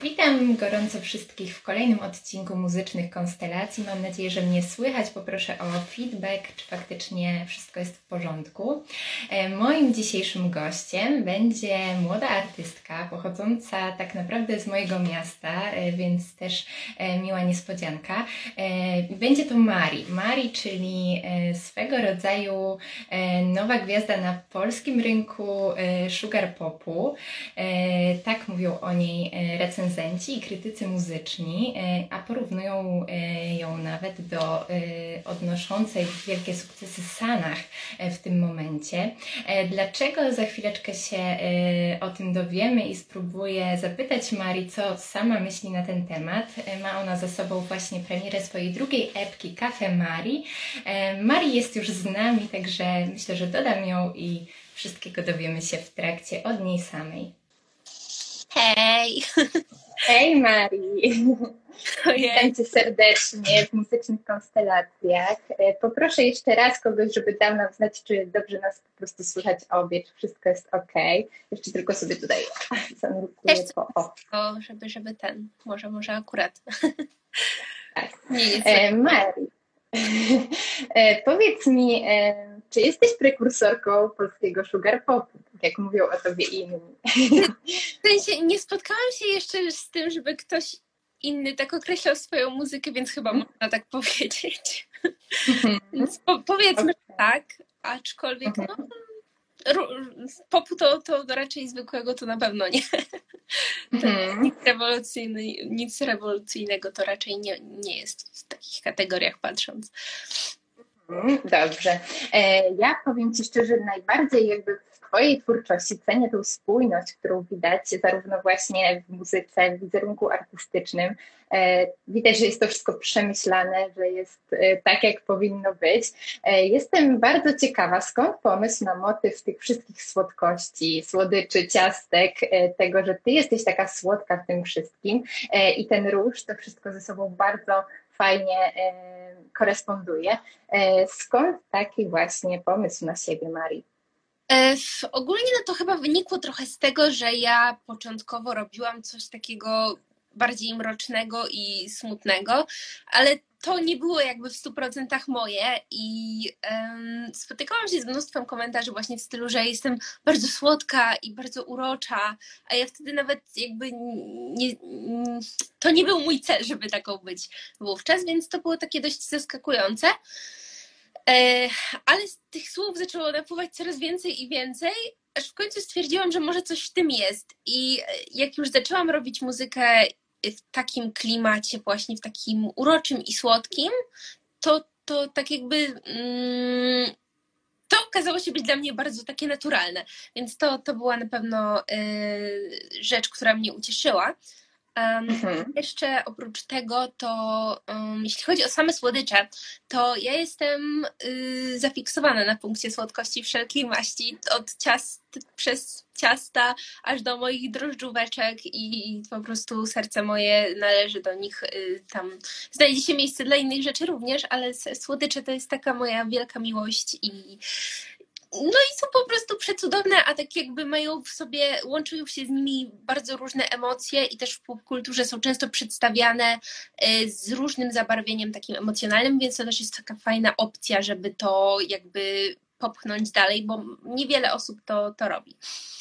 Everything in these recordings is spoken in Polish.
Witam gorąco wszystkich w kolejnym odcinku Muzycznych Konstelacji. Mam nadzieję, że mnie słychać. Poproszę o feedback, czy faktycznie wszystko jest w porządku. Moim dzisiejszym gościem będzie młoda artystka pochodząca tak naprawdę z mojego miasta, więc też miła niespodzianka. Będzie to Mari. Mari, czyli swego rodzaju nowa gwiazda na polskim rynku sugar popu. Tak mówią o niej recenzenci i krytycy muzyczni, a porównują ją nawet do odnoszącej wielkie sukcesy Sanach w tym momencie. Dlaczego? Za chwileczkę się o tym dowiemy i spróbuję zapytać Marii, co sama myśli na ten temat. Ma ona za sobą właśnie premierę swojej drugiej epki Cafe Mari. Mari jest już z nami, także myślę, że dodam ją i wszystkiego dowiemy się w trakcie od niej samej. Hej! Hej Marii! Witam Cię serdecznie w Muzycznych Konstelacjach. Poproszę jeszcze raz kogoś, żeby dał nam znać, czy dobrze nas po prostu słychać obie, czy wszystko jest ok. Jeszcze tylko sobie tutaj zanurkuję po o. Żeby ten, może akurat. Tak. Marii, powiedz mi, czy jesteś prekursorką polskiego sugar popu, tak jak mówią o tobie inni? W sensie nie spotkałam się jeszcze z tym, żeby ktoś inny tak określał swoją muzykę, więc chyba można tak powiedzieć. Więc powiedzmy tak, aczkolwiek popu to raczej zwykłego to na pewno nie. Nic rewolucyjnego to raczej nie jest w takich kategoriach patrząc. Dobrze. Ja powiem Ci szczerze, najbardziej jakby w Twojej twórczości cenię tą spójność, którą widać zarówno właśnie w muzyce, w wizerunku artystycznym. Widać, że jest to wszystko przemyślane, że jest tak, jak powinno być. Jestem bardzo ciekawa, skąd pomysł na motyw tych wszystkich słodkości, słodyczy, ciastek, tego, że Ty jesteś taka słodka w tym wszystkim i ten róż, to wszystko ze sobą bardzo fajnie koresponduje. Skąd taki właśnie pomysł na siebie, Marii? Ogólnie to chyba wynikło trochę z tego, że ja początkowo robiłam coś takiego bardziej mrocznego i smutnego, ale to nie było jakby w 100% moje i spotykałam się z mnóstwem komentarzy właśnie w stylu, że jestem bardzo słodka i bardzo urocza, a ja wtedy nawet jakby to nie był mój cel, żeby taką być wówczas, więc to było takie dość zaskakujące. Ale z tych słów zaczęło napływać coraz więcej i więcej, aż w końcu stwierdziłam, że może coś w tym jest. I jak już zaczęłam robić muzykę w takim klimacie, właśnie w takim uroczym i słodkim, to tak jakby to okazało się być dla mnie bardzo takie naturalne. Więc to była na pewno rzecz, która mnie ucieszyła. Jeszcze oprócz tego, to jeśli chodzi o same słodycze, to ja jestem zafiksowana na punkcie słodkości wszelkiej maści, od ciast przez ciasta aż do moich drożdżóweczek i po prostu serce moje należy do nich. Tam znajdzie się miejsce dla innych rzeczy również, ale słodycze to jest taka moja wielka miłość i są po prostu przecudowne, a tak jakby mają w sobie, łączą się z nimi bardzo różne emocje i też w popkulturze są często przedstawiane z różnym zabarwieniem takim emocjonalnym, więc to też jest taka fajna opcja, żeby to jakby popchnąć dalej, bo niewiele osób to robi.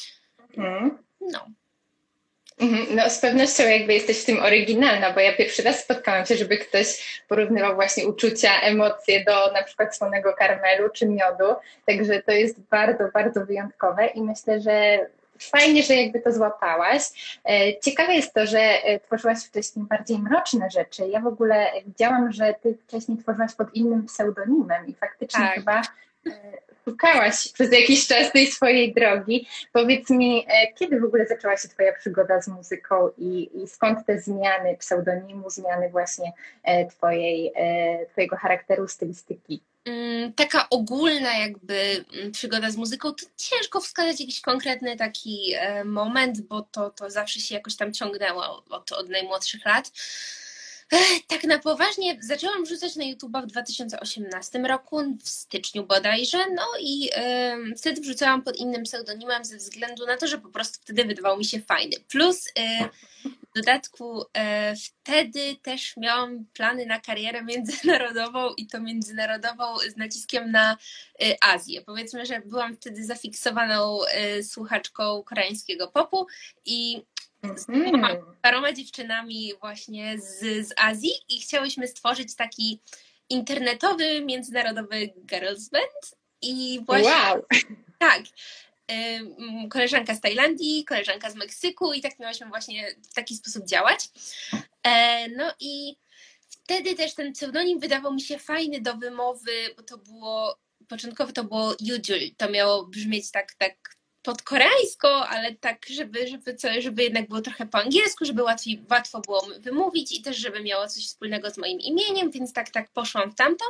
No z pewnością jakby jesteś w tym oryginalna, bo ja pierwszy raz spotkałam się, żeby ktoś porównywał właśnie uczucia, emocje do na przykład słonego karmelu czy miodu, także to jest bardzo, bardzo wyjątkowe i myślę, że fajnie, że jakby to złapałaś. Ciekawe jest to, że tworzyłaś wcześniej bardziej mroczne rzeczy. Ja w ogóle widziałam, że ty wcześniej tworzyłaś pod innym pseudonimem i faktycznie chyba szukałaś przez jakiś czas tej swojej drogi. Powiedz mi, kiedy w ogóle zaczęła się Twoja przygoda z muzyką i skąd te zmiany pseudonimu, zmiany właśnie Twojego charakteru, stylistyki? Taka ogólna jakby przygoda z muzyką, to ciężko wskazać jakiś konkretny taki moment, bo to zawsze się jakoś tam ciągnęło od najmłodszych lat. Tak na poważnie zaczęłam wrzucać na YouTube'a w 2018 roku, w styczniu bodajże, no i wtedy wrzucałam pod innym pseudonimem ze względu na to, że po prostu wtedy wydawał mi się fajny. Plus w dodatku wtedy też miałam plany na karierę międzynarodową i to międzynarodową z naciskiem na Azję. Powiedzmy, że byłam wtedy zafiksowaną słuchaczką koreańskiego popu i z paroma dziewczynami właśnie z Azji i chciałyśmy stworzyć taki internetowy, międzynarodowy girls band i właśnie tak, koleżanka z Tajlandii, koleżanka z Meksyku i tak miałyśmy właśnie w taki sposób działać. No i wtedy też ten pseudonim wydawał mi się fajny do wymowy, bo początkowo to było Yujul, to miało brzmieć tak pod koreańsko, ale tak, żeby jednak było trochę po angielsku, żeby łatwo było wymówić i też, żeby miało coś wspólnego z moim imieniem, więc tak poszłam w tamto.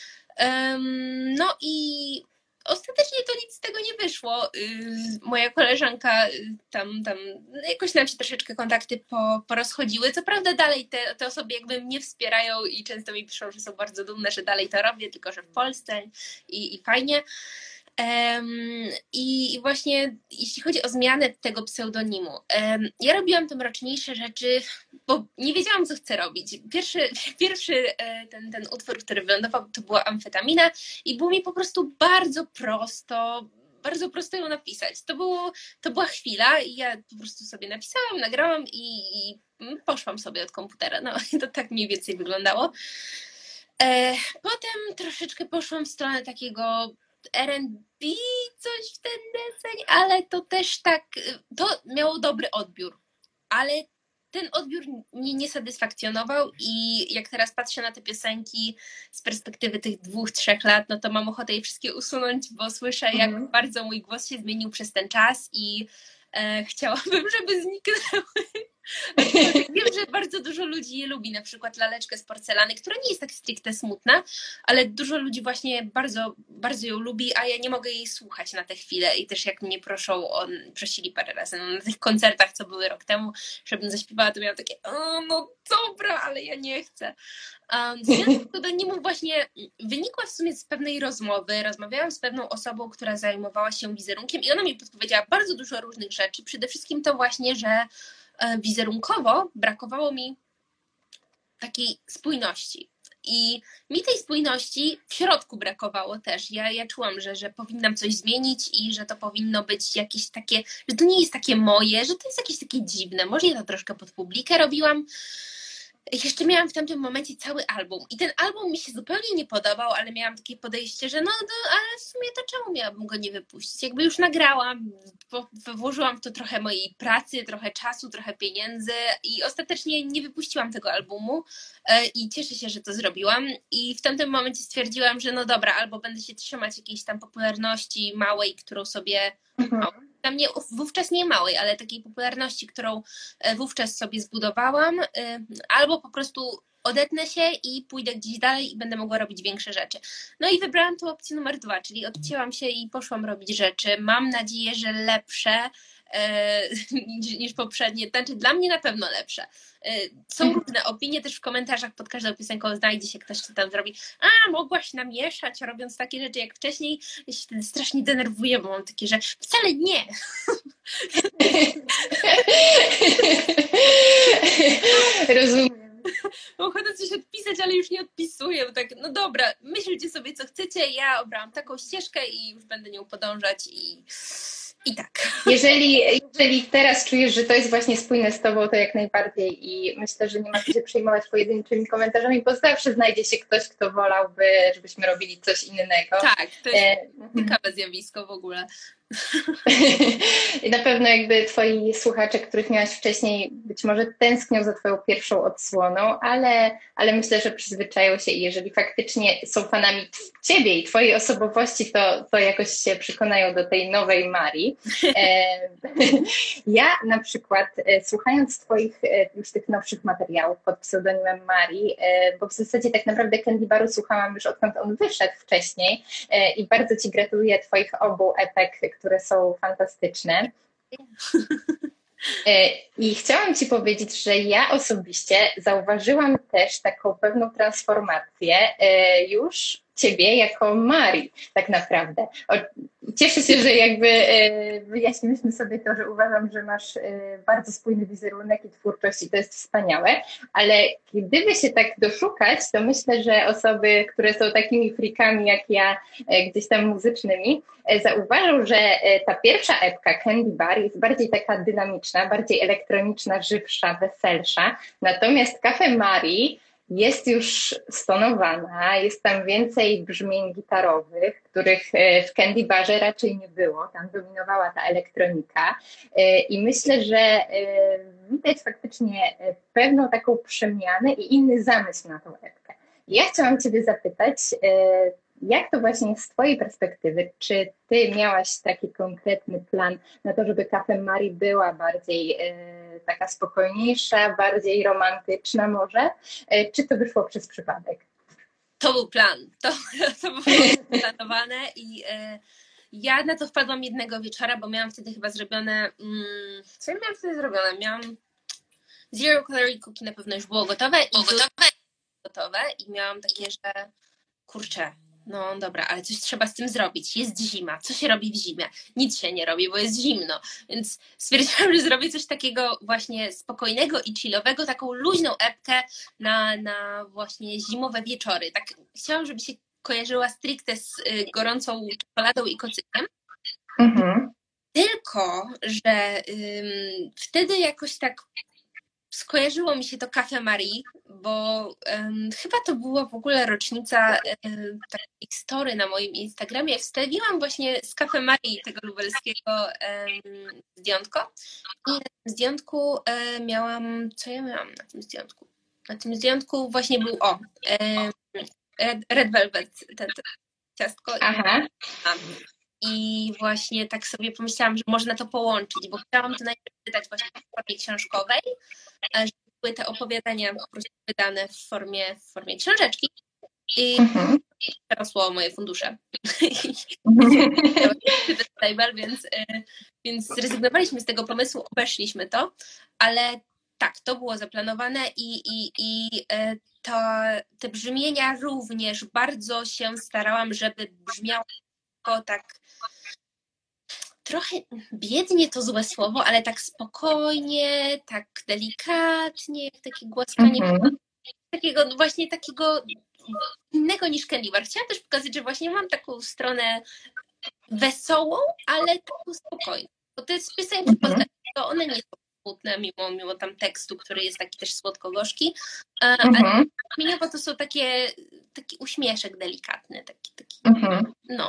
No i ostatecznie to nic z tego nie wyszło. Moja koleżanka tam jakoś nam się troszeczkę kontakty porozchodziły. Co prawda dalej te osoby jakby mnie wspierają i często mi piszą, że są bardzo dumne, że dalej to robię, tylko że w Polsce i fajnie. I właśnie jeśli chodzi o zmianę tego pseudonimu, ja robiłam te mroczniejsze rzeczy, bo nie wiedziałam, co chcę robić. Pierwszy ten utwór, który wylądował, to była Amfetamina i było mi po prostu bardzo prosto ją napisać. To była chwila i ja po prostu sobie napisałam, nagrałam i poszłam sobie od komputera. No to tak mniej więcej wyglądało. Potem troszeczkę poszłam w stronę takiego R&B, coś w ten deseń, ale to też to miało dobry odbiór, ale ten odbiór mnie nie satysfakcjonował i jak teraz patrzę na te piosenki z perspektywy tych 2-3 lat, no to mam ochotę je wszystkie usunąć, bo słyszę, jak bardzo mój głos się zmienił przez ten czas i chciałabym, żeby zniknęły. Wiem, że bardzo dużo ludzi je lubi, na przykład Laleczkę z porcelany, która nie jest tak stricte smutna, ale dużo ludzi właśnie bardzo, bardzo ją lubi, a ja nie mogę jej słuchać na tę chwilę i też jak mnie prosili parę razy na tych koncertach, co były rok temu, żebym zaśpiewała, to miałam takie, no dobra, ale ja nie chcę. Zmiana pseudonimu właśnie wynikła w sumie z pewnej rozmowy. Rozmawiałam z pewną osobą, która zajmowała się wizerunkiem i ona mi podpowiedziała bardzo dużo różnych rzeczy. Przede wszystkim to właśnie, że wizerunkowo brakowało mi takiej spójności. I mi tej spójności w środku brakowało też. Ja czułam, że powinnam coś zmienić i że to powinno być jakieś takie, że to nie jest takie moje, że to jest jakieś takie dziwne. Może ja to troszkę pod publikę robiłam. Jeszcze miałam w tamtym momencie cały album i ten album mi się zupełnie nie podobał, ale miałam takie podejście, że ale w sumie to czemu miałabym go nie wypuścić? Jakby już nagrałam, włożyłam w to trochę mojej pracy, trochę czasu, trochę pieniędzy i ostatecznie nie wypuściłam tego albumu i cieszę się, że to zrobiłam i w tamtym momencie stwierdziłam, że no dobra, albo będę się trzymać jakiejś tam popularności małej, którą sobie... Tam wówczas nie małej, ale takiej popularności, którą wówczas sobie zbudowałam, albo po prostu odetnę się i pójdę gdzieś dalej i będę mogła robić większe rzeczy. No i wybrałam tu opcję numer 2, czyli odcięłam się i poszłam robić rzeczy. Mam nadzieję, że lepsze niż poprzednie, znaczy dla mnie na pewno lepsze. Są różne opinie, też w komentarzach pod każdą piosenką znajdzie się ktoś, kto tam zrobi, mogłaś namieszać, robiąc takie rzeczy jak wcześniej. Ja się wtedy strasznie denerwuję, bo mam takie, że wcale nie. Rozumiem. Mam ochotę coś odpisać, ale już nie odpisuję, bo tak, no dobra, myślcie sobie co chcecie, ja obrałam taką ścieżkę i już będę nią podążać i tak. Jeżeli teraz czujesz, że to jest właśnie spójne z tobą, to jak najbardziej i myślę, że nie ma co się przejmować pojedynczymi komentarzami, bo zawsze znajdzie się ktoś, kto wolałby, żebyśmy robili coś innego. Tak, to jest ciekawe zjawisko w ogóle. I na pewno jakby twoi słuchacze, których miałaś wcześniej, być może tęsknią za twoją pierwszą odsłoną, ale myślę, że przyzwyczają się i jeżeli faktycznie są fanami ciebie i twojej osobowości, to jakoś się przekonają do tej nowej Marii. Ja na przykład słuchając twoich już tych nowszych materiałów pod pseudonimem Marii, bo w zasadzie tak naprawdę Candy Baru słuchałam już odkąd on wyszedł wcześniej i bardzo ci gratuluję twoich obu epek, które są fantastyczne. I chciałam Ci powiedzieć, że ja osobiście zauważyłam też taką pewną transformację już Ciebie jako Marii, tak naprawdę. Cieszę się, że jakby wyjaśniliśmy sobie to, że uważam, że masz bardzo spójny wizerunek i twórczość i to jest wspaniałe, ale gdyby się tak doszukać, to myślę, że osoby, które są takimi freakami jak ja, gdzieś tam muzycznymi, zauważył, że ta pierwsza epka Candy Bar jest bardziej taka dynamiczna, bardziej elektroniczna, żywsza, weselsza. Natomiast Cafe Marii jest już stonowana, jest tam więcej brzmień gitarowych, których w Candy Barze raczej nie było. Tam dominowała ta elektronika i myślę, że widać faktycznie pewną taką przemianę i inny zamysł na tą epkę. Ja chciałam Ciebie zapytać, jak to właśnie z Twojej perspektywy? Czy Ty miałaś taki konkretny plan na to, żeby Cafe Marii była bardziej taka spokojniejsza, bardziej romantyczna może? Czy to wyszło przez przypadek? To był plan. To było planowane i ja na to wpadłam jednego wieczora, bo miałam wtedy chyba zrobione... co ja miałam wtedy zrobione? Miałam Zero Calorie Cookie, na pewno już było gotowe. I miałam takie, że kurczę, no dobra, ale coś trzeba z tym zrobić. Jest zima. Co się robi w zimie? Nic się nie robi, bo jest zimno. Więc stwierdziłam, że zrobię coś takiego właśnie spokojnego i chillowego, taką luźną epkę na właśnie zimowe wieczory. Tak chciałam, żeby się kojarzyła stricte z gorącą czekoladą i kocykiem. Mhm. Tylko, że wtedy jakoś tak skojarzyło mi się to Cafe Marie, bo chyba to była w ogóle rocznica takiej story na moim Instagramie. Wstawiłam właśnie z Cafe Marie tego lubelskiego zdjątko. I na tym zdjątku miałam... Co ja miałam na tym zdjątku? Na tym zdjątku właśnie był Red Velvet, ten ciastko. Aha. I właśnie tak sobie pomyślałam, że można to połączyć, bo chciałam to najpierw wydać właśnie w formie książkowej, żeby były te opowiadania po prostu wydane w formie książeczki i przerosło moje fundusze. Więc zrezygnowaliśmy z tego pomysłu, obeszliśmy to, ale tak, to było zaplanowane i te brzmienia również bardzo się starałam, żeby brzmiało tak trochę biednie, to złe słowo, ale tak spokojnie, tak delikatnie, jak takie głaskanie, takiego innego niż Candy Bar. Chciałam też pokazać, że właśnie mam taką stronę wesołą, ale taką spokojną. Bo te piosenki to one nie są smutne, mimo tam tekstu, który jest taki też słodko-gorzki, ale brzmieniowo to są taki uśmieszek delikatny, taki no.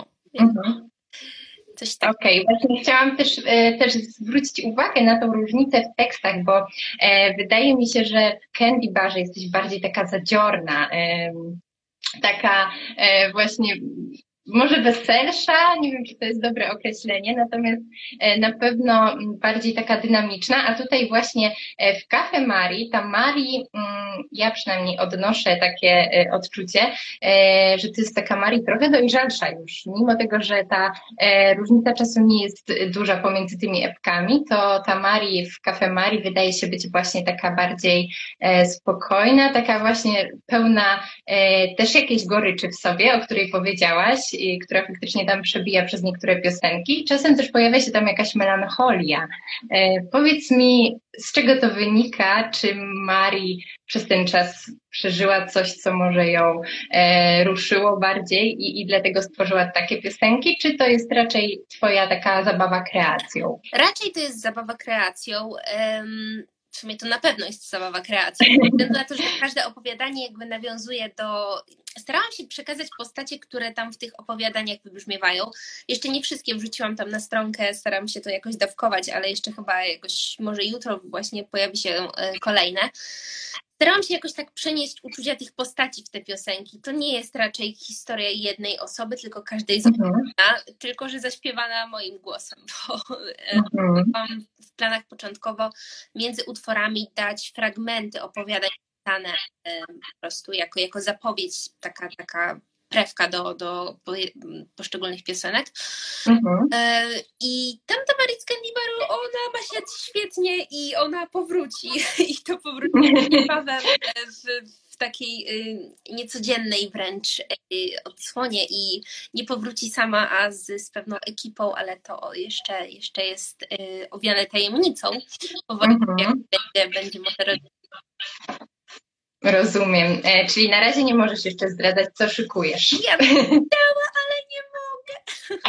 Okej, właśnie chciałam też zwrócić uwagę na tą różnicę w tekstach, bo wydaje mi się, że w Candy Barze jesteś bardziej taka zadziorna, taka właśnie może weselsza, nie wiem, czy to jest dobre określenie, natomiast na pewno bardziej taka dynamiczna, a tutaj właśnie w Cafe Marii, ta Marii, ja przynajmniej odnoszę takie odczucie, że to jest taka Marii trochę dojrzalsza już, mimo tego, że ta różnica czasu nie jest duża pomiędzy tymi epkami, to ta Marii w Cafe Marii wydaje się być właśnie taka bardziej spokojna, taka właśnie pełna też jakiejś goryczy w sobie, o której powiedziałaś, która faktycznie tam przebija przez niektóre piosenki. Czasem też pojawia się tam jakaś melancholia. Powiedz mi, z czego to wynika? Czy Mari przez ten czas przeżyła coś, co może ją ruszyło bardziej i dlatego stworzyła takie piosenki? Czy to jest raczej twoja taka zabawa kreacją? Raczej to jest zabawa kreacją. W sumie to na pewno jest zabawa kreacją. Ze względu na to, że każde opowiadanie jakby nawiązuje do... Starałam się przekazać postacie, które tam w tych opowiadaniach wybrzmiewają. Jeszcze nie wszystkie wrzuciłam tam na stronkę, staram się to jakoś dawkować, ale jeszcze chyba jakoś może jutro właśnie pojawi się kolejne. Starałam się jakoś tak przenieść uczucia tych postaci w te piosenki. To nie jest raczej historia jednej osoby, tylko każdej z osobna, tylko że zaśpiewana moim głosem, bo mam w planach początkowo między utworami dać fragmenty opowiadań pisane po prostu jako zapowiedź, taka prewka do poszczególnych piosenek. I tamta Marit z Candy Baru, ona ma się świetnie i ona powróci. I to powróci niebawem w takiej niecodziennej wręcz odsłonie i nie powróci sama, a z pewną ekipą, ale to jeszcze jest owiane tajemnicą. Powoli będzie może. Rozumiem. Czyli na razie nie możesz jeszcze zdradzać, co szykujesz. Ja bym chciała, ale nie mogę.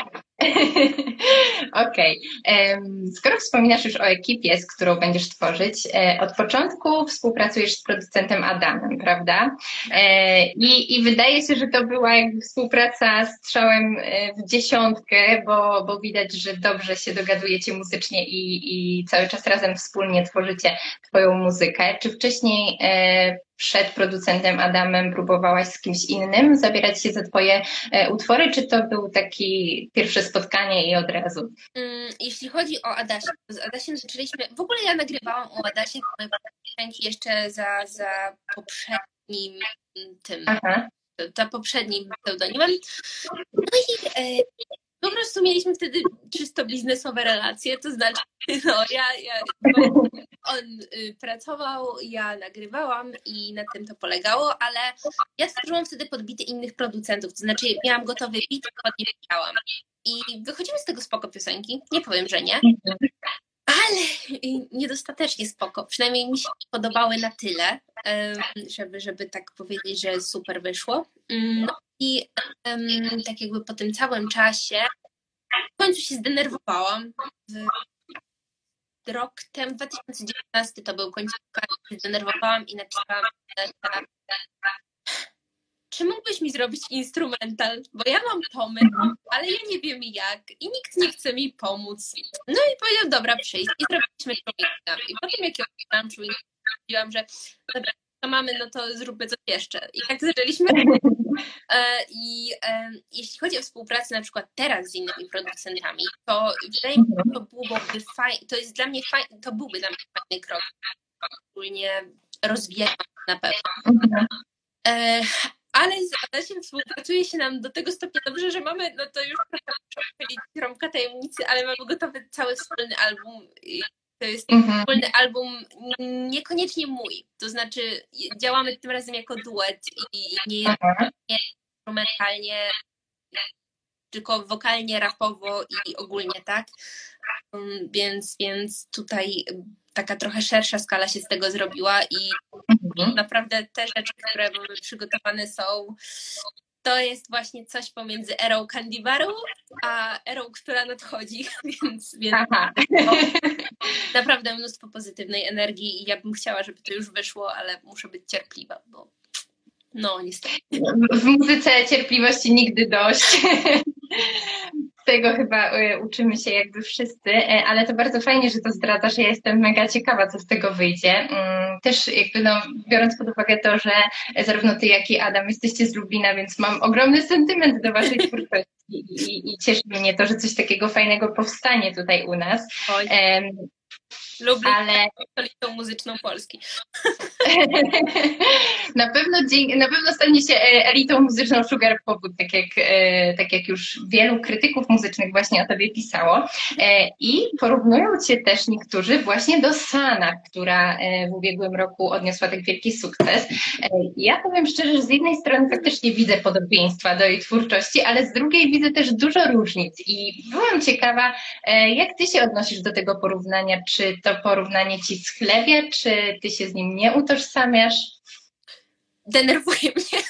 Okej. Skoro wspominasz już o ekipie, z którą będziesz tworzyć, od początku współpracujesz z producentem Adamem, prawda? I wydaje się, że to była jakby współpraca strzałem w dziesiątkę, bo widać, że dobrze się dogadujecie muzycznie i cały czas razem wspólnie tworzycie twoją muzykę. Czy wcześniej przed producentem Adamem próbowałaś z kimś innym zabierać się za twoje utwory, czy to był taki pierwsze spotkanie i od razu? Jeśli chodzi o Adasia, z Adasiem zaczęliśmy, w ogóle ja nagrywałam u Adasia moje piosenki jeszcze za poprzednim poprzednim pseudonimem. No i po prostu mieliśmy wtedy czysto biznesowe relacje, to znaczy on pracował, ja nagrywałam i na tym to polegało, ale ja tworzyłam wtedy podbity innych producentów, to znaczy miałam gotowy beat, ładnie pisałam. I wychodziły z tego spoko piosenki, nie powiem, że nie, ale niedostatecznie spoko, przynajmniej mi się podobały na tyle, żeby tak powiedzieć, że super wyszło. No i tak jakby po tym całym czasie w końcu się zdenerwowałam. Rok temu, 2019 to był końcówka, się zdenerwowałam i napisałam, czy mógłbyś mi zrobić instrumental, bo ja mam pomysł, ale ja nie wiem jak i nikt nie chce mi pomóc. No i powiedział, dobra, przyjdź i zrobiliśmy człowieka. I potem jak ja oglądałam człowieka, mówiłam, że dobra, to mamy, no to zróbmy coś jeszcze. I tak zaczęliśmy. Jeśli chodzi o współpracę na przykład teraz z innymi producentami, to wydaje mi się, że to byłoby fajne, to jest dla mnie fajne, to byłby dla mnie fajny krok. Szczególnie rozwijać na pewno. Ale z Adasiem współpracuje się nam do tego stopnia dobrze, że mamy, no to już rąbka tajemnicy, ale mamy gotowy cały wspólny album. To jest wspólny album niekoniecznie mój, to znaczy działamy tym razem jako duet i nie instrumentalnie, tylko wokalnie, rapowo i ogólnie, tak? Więc tutaj taka trochę szersza skala się z tego zrobiła i naprawdę te rzeczy, które były przygotowane są, to jest właśnie coś pomiędzy erą Candy Baru a erą, która nadchodzi, więc naprawdę mnóstwo pozytywnej energii i ja bym chciała, żeby to już wyszło, ale muszę być cierpliwa, bo no niestety. W muzyce cierpliwości nigdy dość. Tego chyba uczymy się jakby wszyscy, ale to bardzo fajnie, że to zdradzasz. Ja jestem mega ciekawa, co z tego wyjdzie. Też jakby biorąc pod uwagę to, że zarówno ty, jak i Adam jesteście z Lublina, więc mam ogromny sentyment do waszej twórczości i cieszy mnie to, że coś takiego fajnego powstanie tutaj u nas. Lublin stolicą muzyczną Polski. Na pewno stanie się elitą muzyczną Sugar Popu, tak jak już wielu krytyków muzycznych właśnie o tobie pisało. I porównują cię też niektórzy właśnie do Sanach, która w ubiegłym roku odniosła tak wielki sukces. Ja powiem szczerze, że z jednej strony faktycznie widzę podobieństwa do jej twórczości, ale z drugiej widzę też dużo różnic i byłam ciekawa, jak ty się odnosisz do tego porównania, czy to porównanie ci schlebia, czy ty się z nim nie utożsamiasz? Denerwuje mnie.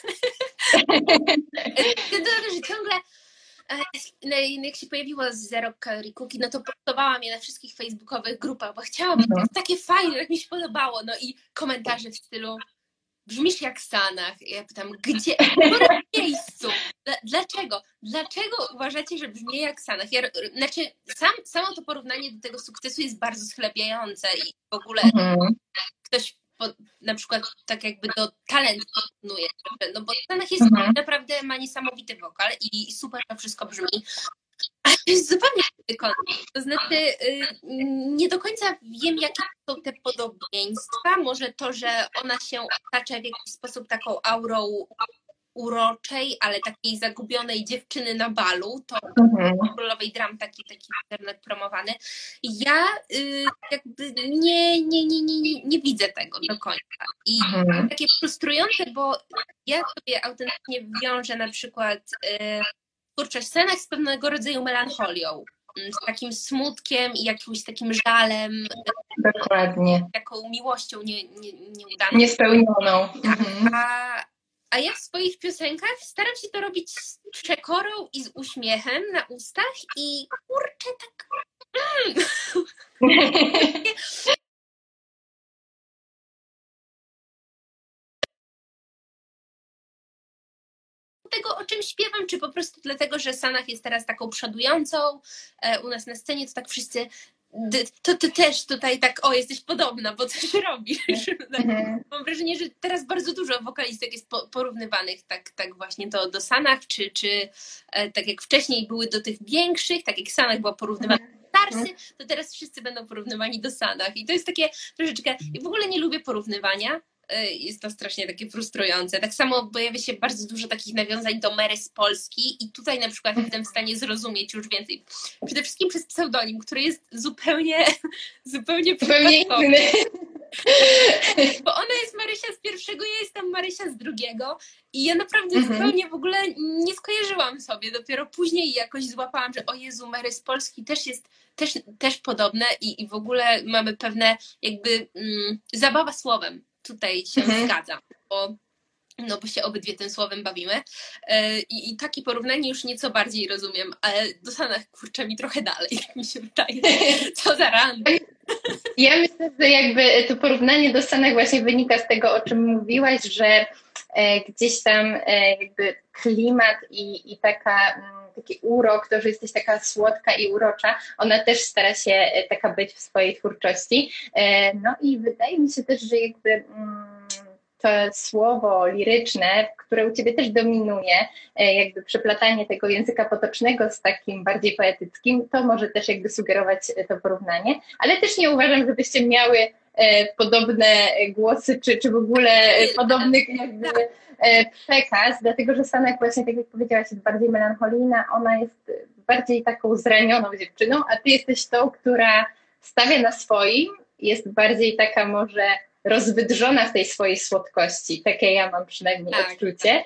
Że ciągle jak się pojawiło Zero Calorie Cookie, no to postowałam je na wszystkich facebookowych grupach, bo chciałam, to jest takie fajne, jak mi się podobało. No i komentarze w stylu brzmisz jak Sanach. Ja pytam, gdzie? W którym miejscu? Dlaczego? Dlaczego uważacie, że brzmi jak Sanach? Znaczy, samo to porównanie do tego sukcesu jest bardzo schlebiające i w ogóle ktoś na przykład tak jakby do talentu porównuje, no bo Sanach jest naprawdę ma niesamowity wokal i super to wszystko brzmi. Ale to jest zupełnie inny kontekst. To znaczy nie do końca wiem, jakie są te podobieństwa. Może to, że ona się otacza w jakiś sposób taką aurą uroczej, ale takiej zagubionej dziewczyny na balu, to królowej dram taki internet promowany. Ja jakby nie widzę tego do końca. I takie frustrujące, bo ja sobie autentycznie wiążę na przykład twórczość scenek z pewnego rodzaju melancholią, z takim smutkiem i jakimś takim żalem. Dokładnie. Taką miłością nieudaną. Niespełnioną. Tak. A ja w swoich piosenkach staram się to robić z przekorą i z uśmiechem na ustach i kurczę, tak... tego, o czym śpiewam, czy po prostu dlatego, że Sanach jest teraz taką przodującą u nas na scenie, to tak wszyscy to ty też tutaj tak, o, jesteś podobna, bo coś robisz. Mam wrażenie, że teraz bardzo dużo wokalistek jest porównywanych tak właśnie to do Sanach, czy tak jak wcześniej były do tych większych, tak jak Sanach była porównywana do Starsy, to teraz wszyscy będą porównywani do Sanach. I to jest takie troszeczkę, i w ogóle nie lubię porównywania. Jest to strasznie takie frustrujące. Tak samo pojawia się bardzo dużo takich nawiązań do Mary z Polski i tutaj na przykład jestem w stanie zrozumieć już więcej. Przede wszystkim przez pseudonim, który jest zupełnie inny. Bo ona jest Marysia z pierwszego, ja jestem Marysia z drugiego i ja naprawdę zupełnie w ogóle nie skojarzyłam sobie. Dopiero później jakoś złapałam, że o Jezu, Mary z Polski też jest też podobne i w ogóle mamy pewne jakby zabawa słowem. Tutaj się zgadzam, bo się obydwie tym słowem bawimy. I takie porównanie już nieco bardziej rozumiem, ale do Sanach kurczę mi trochę dalej, jak mi się wydaje. Co za random. Ja myślę, że jakby to porównanie do Sanach właśnie wynika z tego, o czym mówiłaś, że gdzieś tam jakby klimat i taki urok, to, że jesteś taka słodka i urocza, ona też stara się taka być w swojej twórczości. No i wydaje mi się też, że jakby to słowo liryczne, które u ciebie też dominuje, jakby przeplatanie tego języka potocznego z takim bardziej poetyckim, to może też jakby sugerować to porównanie, ale też nie uważam, żebyście miały podobne głosy, czy w ogóle podobny jakby przekaz, dlatego że Sanek właśnie, tak jak powiedziałaś, jest bardziej melancholijna, ona jest bardziej taką zranioną dziewczyną, a ty jesteś tą, która stawia na swoim, jest bardziej taka może rozwydrzona w tej swojej słodkości. Takie ja mam przynajmniej odczucie.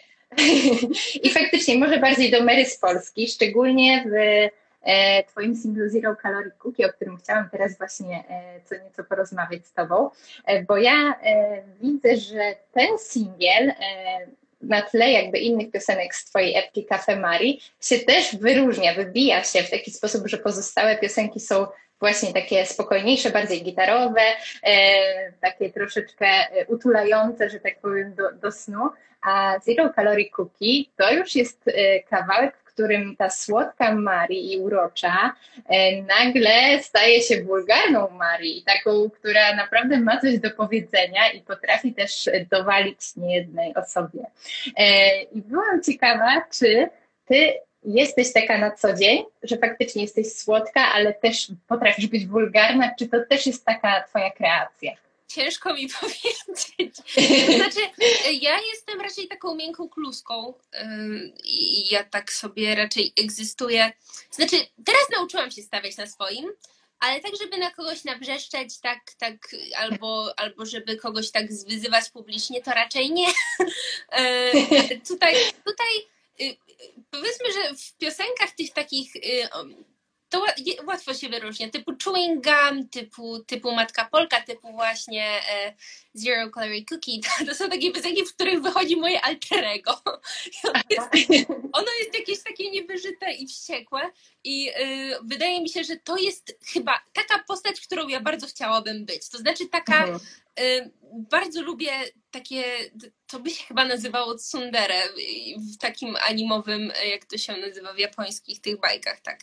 I faktycznie może bardziej do Mary z Polski, szczególnie w twoim singlu Zero Calorie Cookie, o którym chciałam teraz właśnie co nieco porozmawiać z tobą, bo ja widzę, że ten singiel na tle jakby innych piosenek z twojej epki Cafe Marii się też wyróżnia, wybija się w taki sposób, że pozostałe piosenki są właśnie takie spokojniejsze, bardziej gitarowe, takie troszeczkę utulające, że tak powiem, do snu, a Zero Calorie Cookie to już jest kawałek, w którym ta słodka Marii i urocza nagle staje się wulgarną Marii, taką, która naprawdę ma coś do powiedzenia i potrafi też dowalić niejednej osobie. I byłam ciekawa, czy ty jesteś taka na co dzień, że faktycznie jesteś słodka, ale też potrafisz być wulgarna, czy to też jest taka twoja kreacja? Ciężko mi powiedzieć. To znaczy, ja jestem raczej taką miękką kluską i ja tak sobie raczej egzystuję. Znaczy, teraz nauczyłam się stawiać na swoim, ale tak, żeby na kogoś nabrzeszczeć, tak albo żeby kogoś tak zwyzywać publicznie, to raczej nie. Tutaj powiedzmy, że w piosenkach tych takich to łatwo się wyróżnia, typu Chewing Gum, typu Matka Polka, typu właśnie Zero Calorie Cookie. To są takie piosenki, w których wychodzi moje alter ego. Ono jest jakieś takie niewyżyte i wściekłe i wydaje mi się, że to jest chyba taka postać, którą ja bardzo chciałabym być. To znaczy taka bardzo lubię takie, to by się chyba nazywało tsundere w takim animowym, jak to się nazywa w japońskich tych bajkach, tak?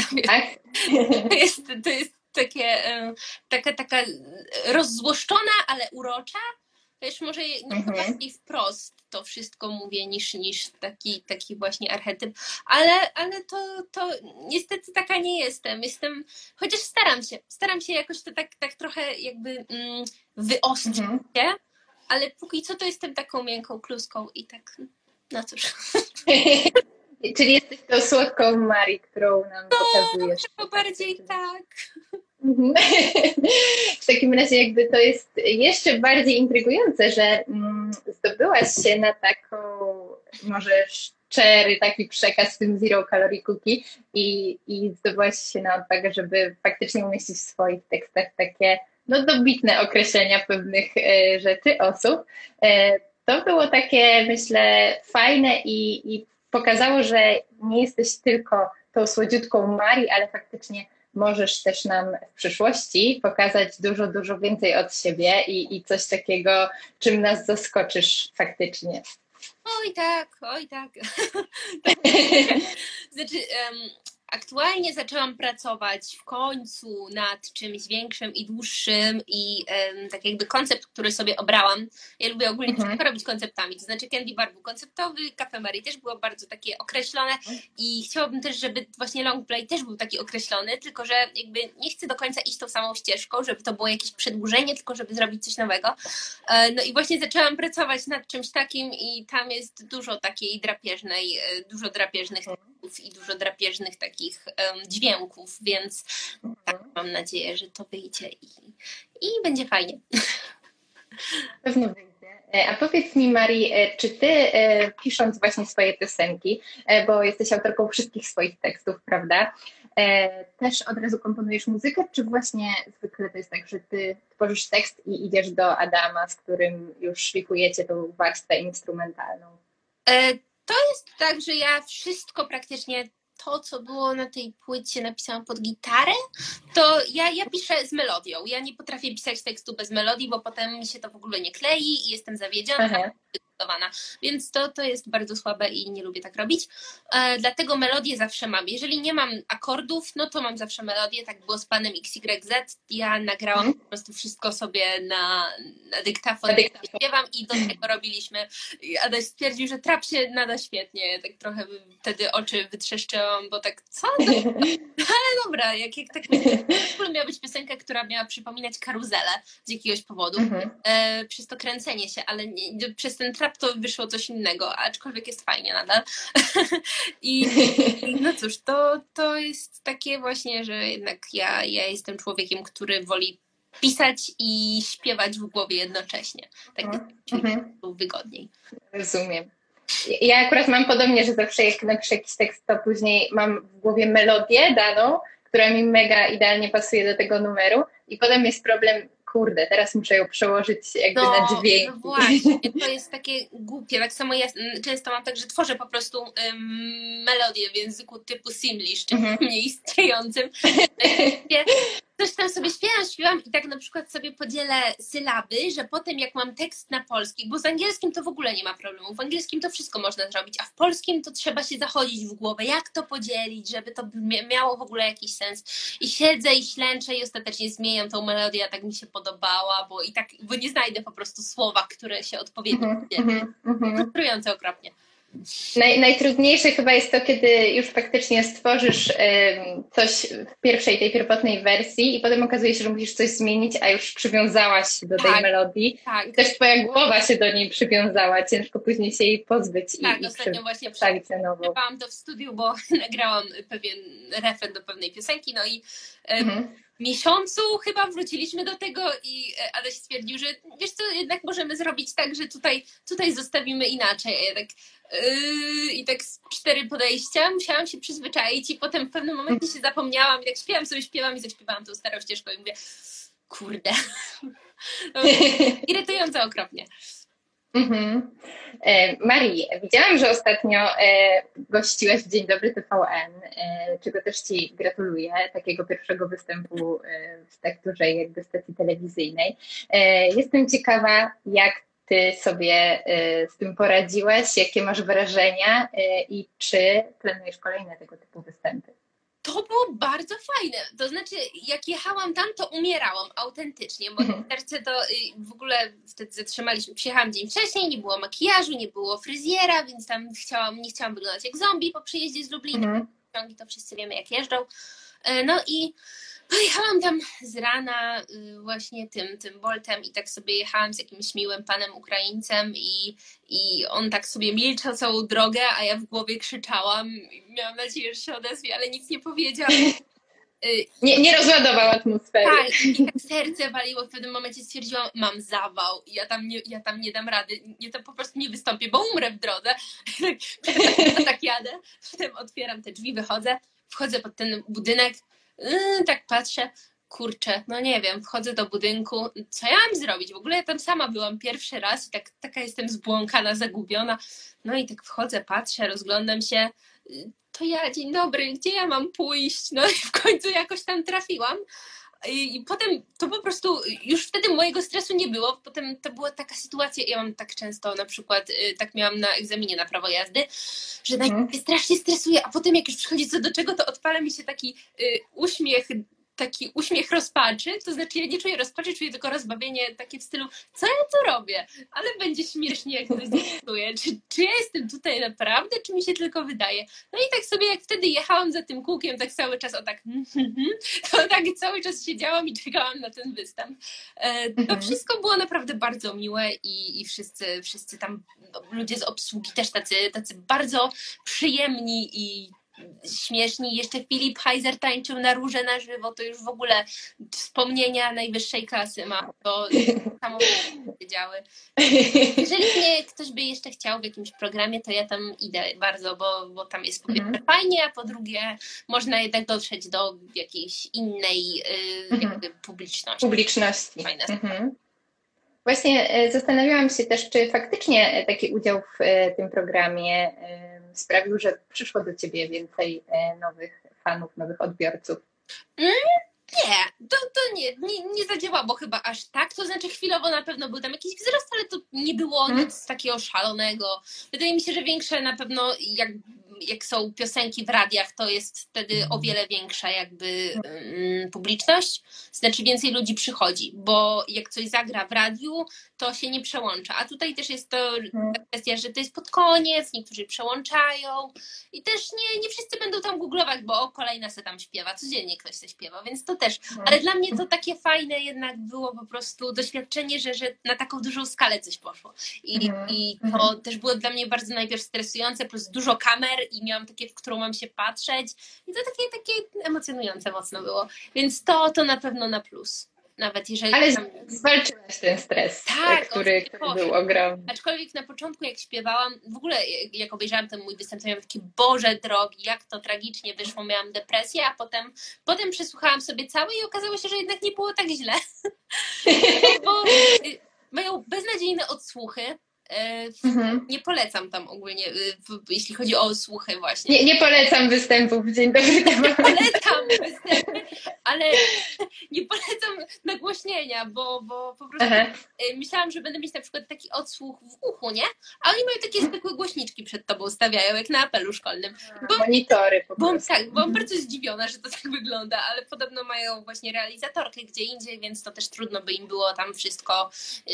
To jest taka rozzłoszczona, ale urocza. Wiesz, może nieco bardziej wprost to wszystko mówię niż taki właśnie archetyp, ale to niestety taka nie jestem. Chociaż staram się jakoś to tak trochę jakby wyostrzyć się, ale póki co to jestem taką miękką kluską i tak No cóż. Czyli jesteś tą słodką Marii, którą nam pokazujesz. Chyba bardziej tak. Mhm. W takim razie jakby to jest jeszcze bardziej intrygujące, że zdobyłaś się na taką może szczery taki przekaz w tym Zero Calorie Cookie i zdobyłaś się na odwagę, żeby faktycznie umieścić w swoich tekstach takie no, dobitne określenia pewnych rzeczy, osób. To było takie, myślę, fajne i pokazało, że nie jesteś tylko tą słodziutką Marii, ale faktycznie możesz też nam w przyszłości pokazać dużo, dużo więcej od siebie i coś takiego, czym nas zaskoczysz faktycznie. Oj tak, oj tak. Znaczy, aktualnie zaczęłam pracować w końcu nad czymś większym i dłuższym i tak jakby koncept, który sobie obrałam. Ja lubię ogólnie wszystko robić konceptami, to znaczy Candy Bar był konceptowy, Cafe Marie też było bardzo takie określone i chciałabym też, żeby właśnie Long Play też był taki określony, tylko że jakby nie chcę do końca iść tą samą ścieżką, żeby to było jakieś przedłużenie, tylko żeby zrobić coś nowego. No i właśnie zaczęłam pracować nad czymś takim i tam jest dużo takiej drapieżnej, dużo drapieżnych i dużo drapieżnych takich dźwięków, więc tak, mam nadzieję, że to wyjdzie i będzie fajnie. Pewno wyjdzie. A powiedz mi, Marii, czy ty pisząc właśnie swoje piosenki, bo jesteś autorką wszystkich swoich tekstów, prawda? Też od razu komponujesz muzykę, czy właśnie zwykle to jest tak, że ty tworzysz tekst i idziesz do Adama, z którym już szlifujecie tą warstwę instrumentalną? To jest tak, że ja wszystko praktycznie to, co było na tej płycie, napisałam pod gitarę, to ja piszę z melodią. Ja nie potrafię pisać tekstu bez melodii, bo potem mi się to w ogóle nie klei i jestem zawiedziona. Więc to jest bardzo słabe i nie lubię tak robić. Dlatego melodię zawsze mam. Jeżeli nie mam akordów, no to mam zawsze melodię. Tak było z panem XYZ. Ja nagrałam po prostu wszystko sobie na dyktafon, śpiewam i do tego robiliśmy. Adaś stwierdził, że trap się nada świetnie. Ja tak trochę wtedy oczy wytrzeszczyłam, bo tak co? Ale dobra, jak tak w ogóle miała być piosenka, która miała przypominać karuzelę z jakiegoś powodu. Przez to kręcenie się, ale przez ten trap to wyszło coś innego, aczkolwiek jest fajnie nadal. I no cóż, to jest takie właśnie, że jednak ja jestem człowiekiem, który woli pisać i śpiewać w głowie jednocześnie. Tak jest wygodniej. Rozumiem. Ja akurat mam podobnie, że zawsze jak napiszę jakiś tekst, to później mam w głowie melodię daną, która mi mega idealnie pasuje do tego numeru i potem jest problem, kurde, teraz muszę ją przełożyć jakby na dźwięk. No właśnie, to jest takie głupie. Tak samo ja często mam tak, że tworzę po prostu melodię w języku typu Simlish, czy nieistniejącym. Coś tam sobie śpiewam i tak na przykład sobie podzielę sylaby, że potem jak mam tekst na polski, bo z angielskim to w ogóle nie ma problemu, w angielskim to wszystko można zrobić, a w polskim to trzeba się zachodzić w głowę, jak to podzielić, żeby to miało w ogóle jakiś sens. I siedzę i ślęczę i ostatecznie zmieniam tą melodię, a tak mi się podobała, bo nie znajdę po prostu słowa, które się odpowiednio podzieli. Frustrujące okropnie. Najtrudniejsze chyba jest to, kiedy już faktycznie stworzysz coś w tej pierwotnej wersji i potem okazuje się, że musisz coś zmienić, a już przywiązałaś się do tej melodii. I też twoja głowa się do niej przywiązała. Ciężko później się jej pozbyć i ostatnio właśnie przedstawić na nowo. Nagrałam to w studiu, bo nagrałam pewien refren do pewnej piosenki, no i miesiącu chyba wróciliśmy do tego i Adaś stwierdził, że wiesz co, jednak możemy zrobić tak, że tutaj zostawimy inaczej. I tak z 4 podejścia musiałam się przyzwyczaić i potem w pewnym momencie się zapomniałam i tak śpiewam i zaśpiewałam tą starą ścieżką i mówię, kurde, irytujące okropnie. Marii, widziałam, że ostatnio gościłaś w Dzień Dobry TVN, czego też Ci gratuluję, takiego pierwszego występu w tak dużej jakby stacji telewizyjnej. Jestem ciekawa, jak Ty sobie z tym poradziłaś, jakie masz wrażenia i czy planujesz kolejne tego typu występy? To było bardzo fajne. To znaczy, jak jechałam tam, to umierałam autentycznie, bo serce to w ogóle wtedy przyjechałam dzień wcześniej, nie było makijażu, nie było fryzjera, więc tam nie chciałam wyglądać jak zombie po przyjeździe z Lublina. To wszyscy wiemy, jak jeżdżą. No i Jechałam tam z rana właśnie tym Boltem i tak sobie jechałam z jakimś miłym panem Ukraińcem i on tak sobie milczał całą drogę, a ja w głowie krzyczałam i miałam nadzieję, że się odezwie, ale nic nie powiedział. Nie rozładował atmosfery. Tak, i tak serce waliło. W pewnym momencie stwierdziłam, mam zawał. Ja tam nie dam rady. Ja tam po prostu nie wystąpię, bo umrę w drodze. Tak jadę. Potem otwieram te drzwi, wychodzę. Wchodzę pod ten budynek. Tak patrzę. Kurczę, no nie wiem. Wchodzę do budynku. Co ja mam zrobić? W ogóle ja tam sama byłam pierwszy raz i taka jestem zbłąkana, zagubiona. No i tak wchodzę, patrzę, rozglądam się. To ja, dzień dobry, gdzie ja mam pójść? No i w końcu jakoś tam trafiłam. I potem to po prostu, już wtedy mojego stresu nie było. Potem to była taka sytuacja, ja mam tak często na przykład, tak miałam na egzaminie na prawo jazdy, że najpierw się strasznie stresuję, a potem jak już przychodzi co do czego, to odpala mi się taki uśmiech rozpaczy, to znaczy ja nie czuję rozpaczy, czuję tylko rozbawienie takie w stylu, co ja tu robię? Ale będzie śmiesznie, jak ktoś zdecyduje, czy ja jestem tutaj naprawdę, czy mi się tylko wydaje? No i tak sobie, jak wtedy jechałam za tym kółkiem, tak cały czas to tak cały czas siedziałam i czekałam na ten występ. To wszystko było naprawdę bardzo miłe i wszyscy tam, ludzie z obsługi też tacy bardzo przyjemni i śmieszni. Jeszcze Filip Heiser tańczył na Róże na żywo, to już w ogóle wspomnienia najwyższej klasy ma, to samochody działy. Jeżeli mnie ktoś by jeszcze chciał w jakimś programie, to ja tam idę bardzo, bo tam jest po pierwsze fajnie, a po drugie można jednak dotrzeć do jakiejś innej jakby publiczności. Fajne. Właśnie zastanawiałam się też, czy faktycznie taki udział w tym programie sprawił, że przyszło do ciebie więcej nowych fanów, nowych odbiorców. Nie, to nie zadziałało chyba aż tak, to znaczy chwilowo na pewno był tam jakiś wzrost, ale to nie było nic takiego szalonego. Wydaje mi się, że większe na pewno jak są piosenki w radiach, to jest wtedy o wiele większa jakby publiczność, znaczy więcej ludzi przychodzi, bo jak coś zagra w radiu, to się nie przełącza, a tutaj też jest to kwestia, że to jest pod koniec, niektórzy przełączają i też nie wszyscy będą tam googlować, bo kolejna se tam śpiewa, codziennie ktoś se śpiewa, więc to też, ale dla mnie to takie fajne jednak było po prostu doświadczenie, że na taką dużą skalę coś poszło i to też było dla mnie bardzo najpierw stresujące, plus dużo kamer i miałam takie, w którą mam się patrzeć i to takie emocjonujące mocno było, więc to na pewno na plus. Nawet jeżeli ale zwalczyłaś ten stres, tak, który był ogromny. Aczkolwiek na początku jak śpiewałam, w ogóle jak obejrzałam ten mój występ, to miałam takie, Boże drogi, jak to tragicznie wyszło, miałam depresję, a potem przesłuchałam sobie całe i okazało się, że jednak nie było tak źle. Bo mają beznadziejne odsłuchy. Nie polecam tam ogólnie, jeśli chodzi o słuchy właśnie. Nie polecam występów w Dzień Dobry. Nie polecam występy, ale nie polecam nagłośnienia, bo po prostu myślałam, że będę mieć na przykład taki odsłuch w uchu, nie? A oni mają takie zwykłe głośniczki przed tobą stawiają, jak na apelu szkolnym. Monitory po prostu. Byłam bardzo zdziwiona, że to tak wygląda, ale podobno mają właśnie realizatorkę gdzie indziej, więc to też trudno by im było tam wszystko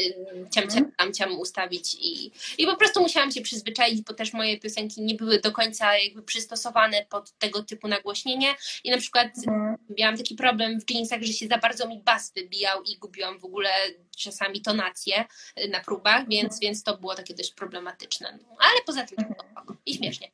ciam ustawić i po prostu musiałam się przyzwyczaić, bo też moje piosenki nie były do końca jakby przystosowane pod tego typu nagłośnienie i na przykład miałam taki problem w jeansach, że się za bardzo mi bas wybijał i gubiłam w ogóle czasami tonację na próbach, więc to było takie dość problematyczne. No, ale poza tym to spoko i śmiesznie.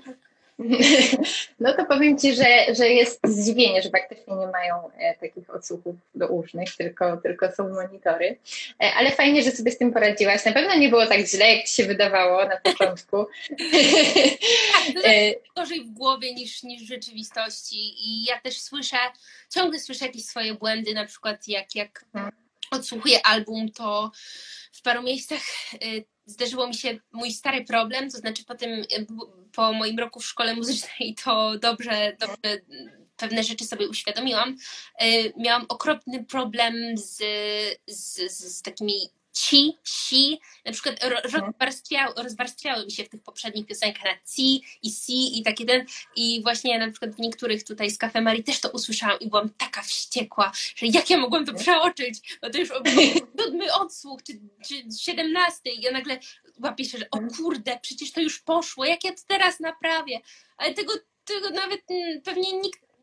No to powiem Ci, że jest zdziwienie, że faktycznie nie mają takich odsłuchów dousznych, tylko są monitory. Ale fajnie, że sobie z tym poradziłaś. Na pewno nie było tak źle, jak Ci się wydawało na początku. Tak, to jest gorzej w głowie niż w rzeczywistości. I ja też ciągle słyszę jakieś swoje błędy, na przykład jak odsłuchuję album, to w paru miejscach zdarzyło mi się mój stary problem, to znaczy po moim roku w szkole muzycznej to dobrze pewne rzeczy sobie uświadomiłam. Miałam okropny problem z takimi si, na przykład rozwarstwiały mi się w tych poprzednich piosenkach na ci i si i takie i właśnie na przykład w niektórych tutaj z Cafe Marii też to usłyszałam i byłam taka wściekła, że jak ja mogłam to przeoczyć, bo to już 7 odsłuch czy 17 i ja nagle łapię się, że o kurde, przecież to już poszło, jak ja to teraz naprawię, ale tego nawet pewnie nikt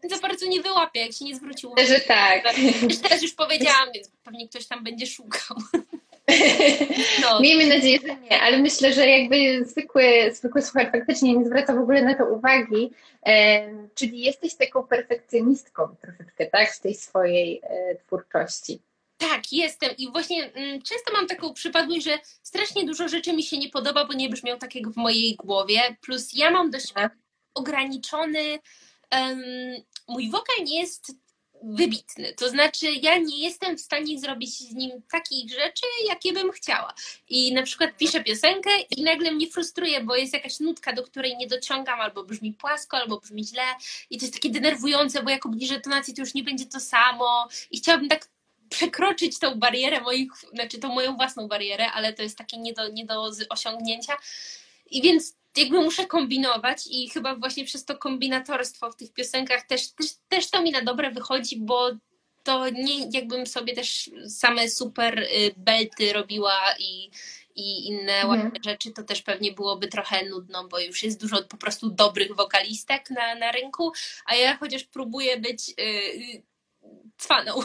za bardzo nie wyłapie, jak się nie zwróci uwagi. Że tak. Teraz już powiedziałam, więc pewnie ktoś tam będzie szukał. No. Miejmy nadzieję, że nie, ale myślę, że jakby zwykły słuchacz faktycznie nie zwraca w ogóle na to uwagi, czyli jesteś taką perfekcjonistką troszeczkę, tak, w tej swojej twórczości. Tak, jestem i właśnie często mam taką przypadłość, że strasznie dużo rzeczy mi się nie podoba, bo nie brzmią tak jak w mojej głowie, plus ja mam dość ograniczony, mój wokal nie jest wybitny, to znaczy ja nie jestem w stanie zrobić z nim takich rzeczy, jakie bym chciała i na przykład piszę piosenkę i nagle mnie frustruje, bo jest jakaś nutka, do której nie dociągam, albo brzmi płasko, albo brzmi źle i to jest takie denerwujące, bo jak obniżę tonację, to już nie będzie to samo i chciałabym tak przekroczyć tą barierę znaczy tą moją własną barierę, ale to jest takie nie do osiągnięcia i więc jakby muszę kombinować i chyba właśnie przez to kombinatorstwo w tych piosenkach też to mi na dobre wychodzi, bo to nie jakbym sobie też same super belty robiła i inne ładne rzeczy, to też pewnie byłoby trochę nudno, bo już jest dużo po prostu dobrych wokalistek na rynku, a ja chociaż próbuję być cwaną.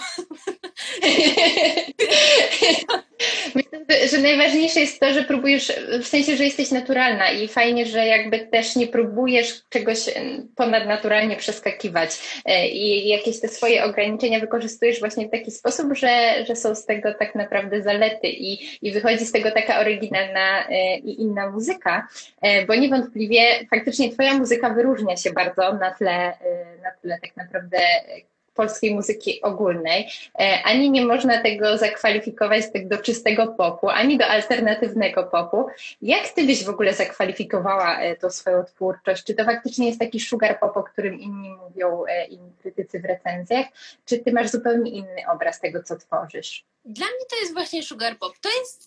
Myślę, że najważniejsze jest to, że próbujesz, w sensie, że jesteś naturalna i fajnie, że jakby też nie próbujesz czegoś ponadnaturalnie przeskakiwać i jakieś te swoje ograniczenia wykorzystujesz właśnie w taki sposób, że są z tego tak naprawdę zalety i wychodzi z tego taka oryginalna i inna muzyka, bo niewątpliwie faktycznie twoja muzyka wyróżnia się bardzo na tle tak naprawdę polskiej muzyki ogólnej, ani nie można tego zakwalifikować tak do czystego popu, ani do alternatywnego popu. Jak ty byś w ogóle zakwalifikowała tą swoją twórczość? Czy to faktycznie jest taki sugar pop, o którym inni mówią, inni krytycy w recenzjach, czy ty masz zupełnie inny obraz tego, co tworzysz? Dla mnie to jest właśnie sugar pop.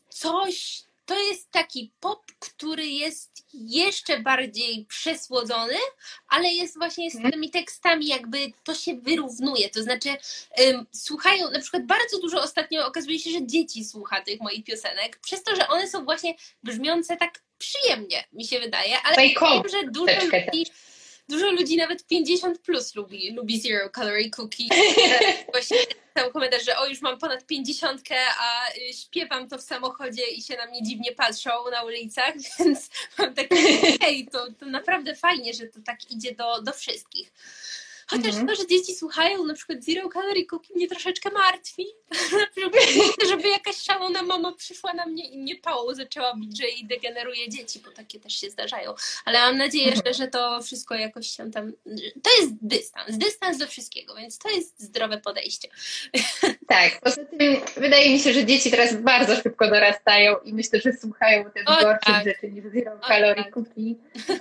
To jest taki pop, który jest jeszcze bardziej przesłodzony, ale jest właśnie z tymi tekstami jakby to się wyrównuje, to znaczy słuchają, na przykład bardzo dużo ostatnio okazuje się, że dzieci słucha tych moich piosenek, przez to, że one są właśnie brzmiące tak przyjemnie, mi się wydaje, ale wiem, że dużo ludzi nawet 50 plus lubi Zero Calorie Cookie. Właśnie tam komentarz, że już mam ponad 50, a śpiewam to w samochodzie i się na mnie dziwnie patrzą na ulicach, więc mam takie, hej, to naprawdę fajnie, że to tak idzie do wszystkich. Chociaż to, że dzieci słuchają na przykład Zero Calorie Cookie mnie troszeczkę martwi. Żeby jakaś szalona mama przyszła na mnie i mnie pałą zaczęła bić, że jej degeneruje dzieci, bo takie też się zdarzają. Ale mam nadzieję, że to wszystko jakoś się tam... To jest dystans do wszystkiego, więc to jest zdrowe podejście. Tak, poza tym wydaje mi się, że dzieci teraz bardzo szybko dorastają i myślę, że słuchają też gorszych rzeczy niż Zero Calorie Cookie.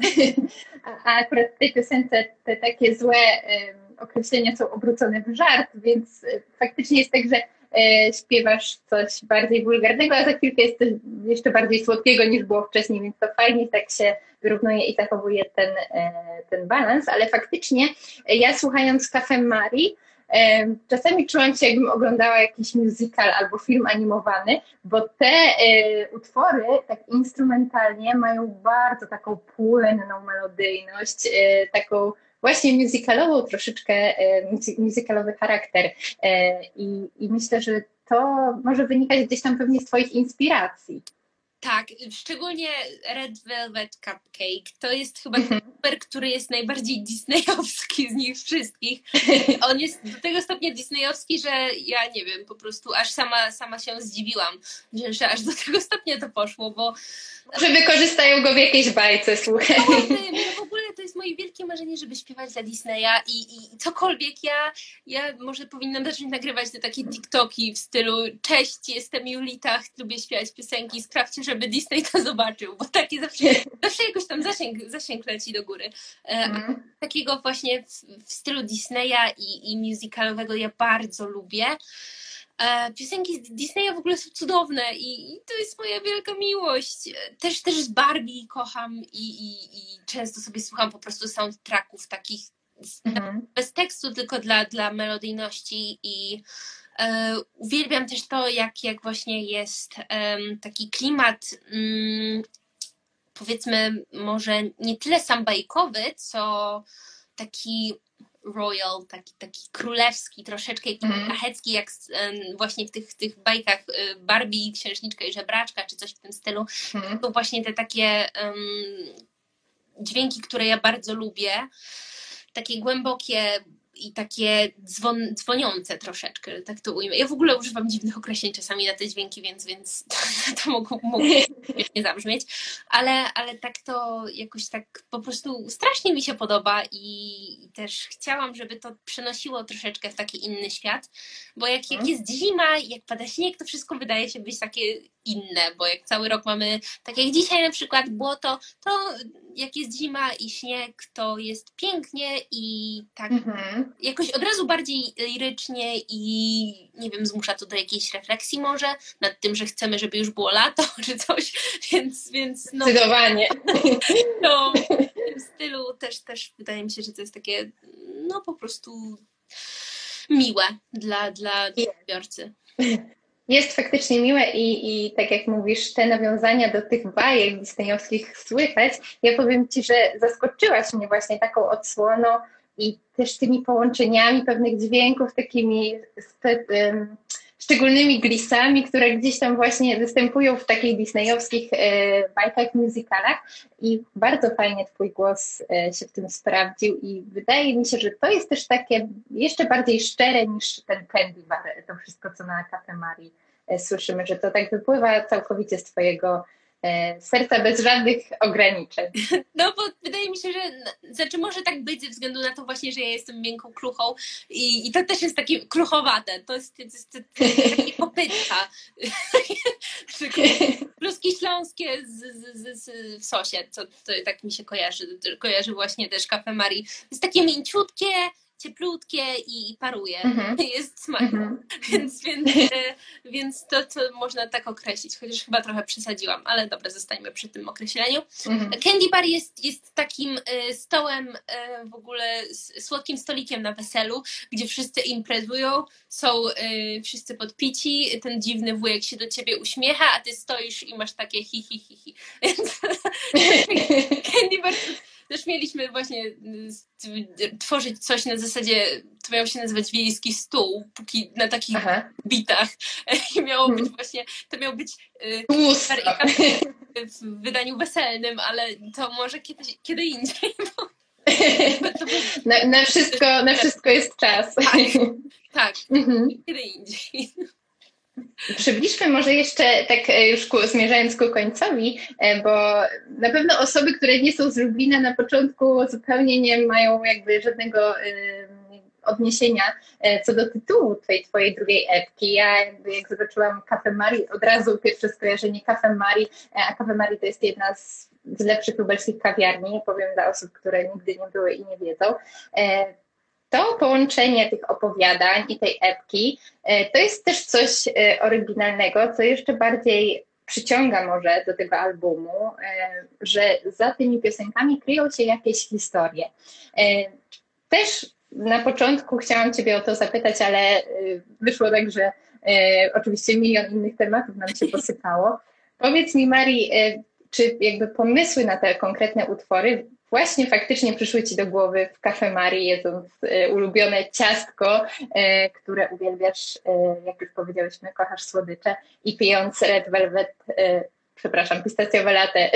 A akurat w tej piosence te takie złe określenia są obrócone w żart, więc faktycznie jest tak, że śpiewasz coś bardziej wulgarnego, a za chwilkę jest coś jeszcze bardziej słodkiego niż było wcześniej, więc to fajnie tak się wyrównuje i zachowuje ten balans, ale faktycznie ja słuchając Cafe Marii czasami czułam się, jakbym oglądała jakiś musical albo film animowany, bo te utwory tak instrumentalnie mają bardzo taką płynną melodyjność, taką właśnie musicalową troszeczkę, musicalowy charakter i myślę, że to może wynikać gdzieś tam pewnie z twoich inspiracji. Tak, szczególnie Red Velvet Cupcake. To jest chyba ten numer, który jest najbardziej disneyowski z nich wszystkich. On jest do tego stopnia disneyowski, że ja nie wiem, po prostu aż sama się zdziwiłam, że aż do tego stopnia to poszło, bo... Może wykorzystają go w jakiejś bajce, słuchaj. W ogóle to jest moje wielkie marzenie, żeby śpiewać dla Disneya i cokolwiek. Ja może powinnam zacząć nagrywać te takie TikToki w stylu cześć, jestem Julita, lubię śpiewać piosenki, sprawdźcie, żeby Disney to zobaczył, bo takie zawsze jakoś tam zasięg leci do góry. Takiego właśnie w stylu Disneya i musicalowego ja bardzo lubię. Piosenki z Disneya w ogóle są cudowne i to jest moja wielka miłość. Też z Barbie kocham i często sobie słucham po prostu soundtracków takich bez tekstu, tylko dla melodyjności i uwielbiam też to, jak właśnie jest taki klimat powiedzmy może nie tyle sam bajkowy, co taki royal, taki królewski, troszeczkę szlachecki, jak właśnie w tych bajkach Barbie, Księżniczka i Żebraczka, czy coś w tym stylu. To właśnie te takie dźwięki, które ja bardzo lubię, takie głębokie i takie dzwoniące troszeczkę, tak to ujmę. Ja w ogóle używam dziwnych określeń czasami na te dźwięki, więc to mogło nie zabrzmieć, ale tak to jakoś tak po prostu strasznie mi się podoba i też chciałam, żeby to przenosiło troszeczkę w taki inny świat, bo jak jest zima, jak pada śnieg, to wszystko wydaje się być takie inne, bo jak cały rok mamy, tak jak dzisiaj na przykład błoto, to jak jest zima i śnieg, to jest pięknie i tak jakoś od razu bardziej lirycznie i nie wiem, zmusza to do jakiejś refleksji może nad tym, że chcemy, żeby już było lato czy coś, więc no. Zdecydowanie. No, w tym stylu też wydaje mi się, że to jest takie no po prostu miłe dla odbiorcy. Jest faktycznie miłe i tak jak mówisz, te nawiązania do tych bajek disneyowskich słychać. Ja powiem Ci, że zaskoczyłaś mnie właśnie taką odsłoną i też tymi połączeniami pewnych dźwięków, takimi szczególnymi glisami, które gdzieś tam właśnie występują w takich disneyowskich bajkach, musicalach i bardzo fajnie Twój głos się w tym sprawdził i wydaje mi się, że to jest też takie jeszcze bardziej szczere niż ten Candy Bar, to wszystko, co na Cafe Marii słyszymy, że to tak wypływa całkowicie z Twojego serca bez żadnych ograniczeń. No bo wydaje mi się, że znaczy może tak być ze względu na to właśnie, że ja jestem miękką kluchą i to też jest takie kluchowate, to jest takie kopytka. Pluski śląskie w sosie, to tak mi się kojarzy właśnie też Cafe Marii. Jest takie mięciutkie, cieplutkie i paruje. Jest smaczne. Więc to można tak określić, chociaż chyba trochę przesadziłam, ale dobra, zostańmy przy tym określeniu. Candy Bar jest takim stołem, w ogóle słodkim stolikiem na weselu, gdzie wszyscy imprezują, są wszyscy podpici, ten dziwny wujek się do ciebie uśmiecha, a ty stoisz i masz takie hi. Więc Candy Bar też mieliśmy właśnie tworzyć coś na zasadzie, to miał się nazywać wiejski stół, póki na takich bitach i miało być właśnie, to miał być w wydaniu weselnym, ale to może kiedy indziej. Na wszystko jest czas. Tak, kiedy indziej. Przybliżmy może jeszcze, tak już zmierzając ku końcowi, bo na pewno osoby, które nie są z Lublina na początku zupełnie nie mają jakby żadnego odniesienia co do tytułu twojej drugiej epki. Ja jak zobaczyłam Cafe Marii, od razu pierwsze skojarzenie Cafe Marii, a Cafe Marii to jest jedna z lepszych lubelskich kawiarni, powiem dla osób, które nigdy nie były i nie wiedzą. To połączenie tych opowiadań i tej epki to jest też coś oryginalnego, co jeszcze bardziej przyciąga może do tego albumu, że za tymi piosenkami kryją się jakieś historie. Też na początku chciałam Ciebie o to zapytać, ale wyszło tak, że oczywiście milion innych tematów nam się posypało. Powiedz mi, Marii, czy jakby pomysły na te konkretne utwory właśnie faktycznie przyszły Ci do głowy w Cafe Marii, jedząc ulubione ciastko, które uwielbiasz, jak już powiedziałyśmy, kochasz słodycze i pijąc Red Velvet, pistacjowe latte.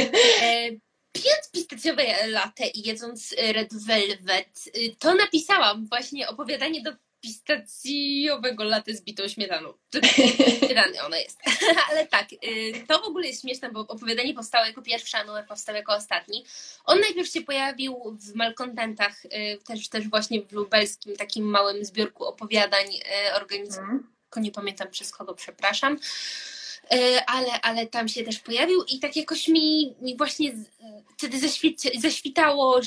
Pijąc pistacjowe latte i jedząc Red Velvet, to napisałam właśnie opowiadanie do pistacjowego latte z bitą śmietaną. Śmietany ona jest. Ale tak, to w ogóle jest śmieszne, bo opowiadanie powstało jako pierwsze, a numer powstał jako ostatni. On najpierw się pojawił w Malkontentach, też właśnie w lubelskim takim małym zbiorku opowiadań organizowanym. Nie pamiętam przez kogo, przepraszam. Ale tam się też pojawił i tak jakoś mi właśnie wtedy zaświtało,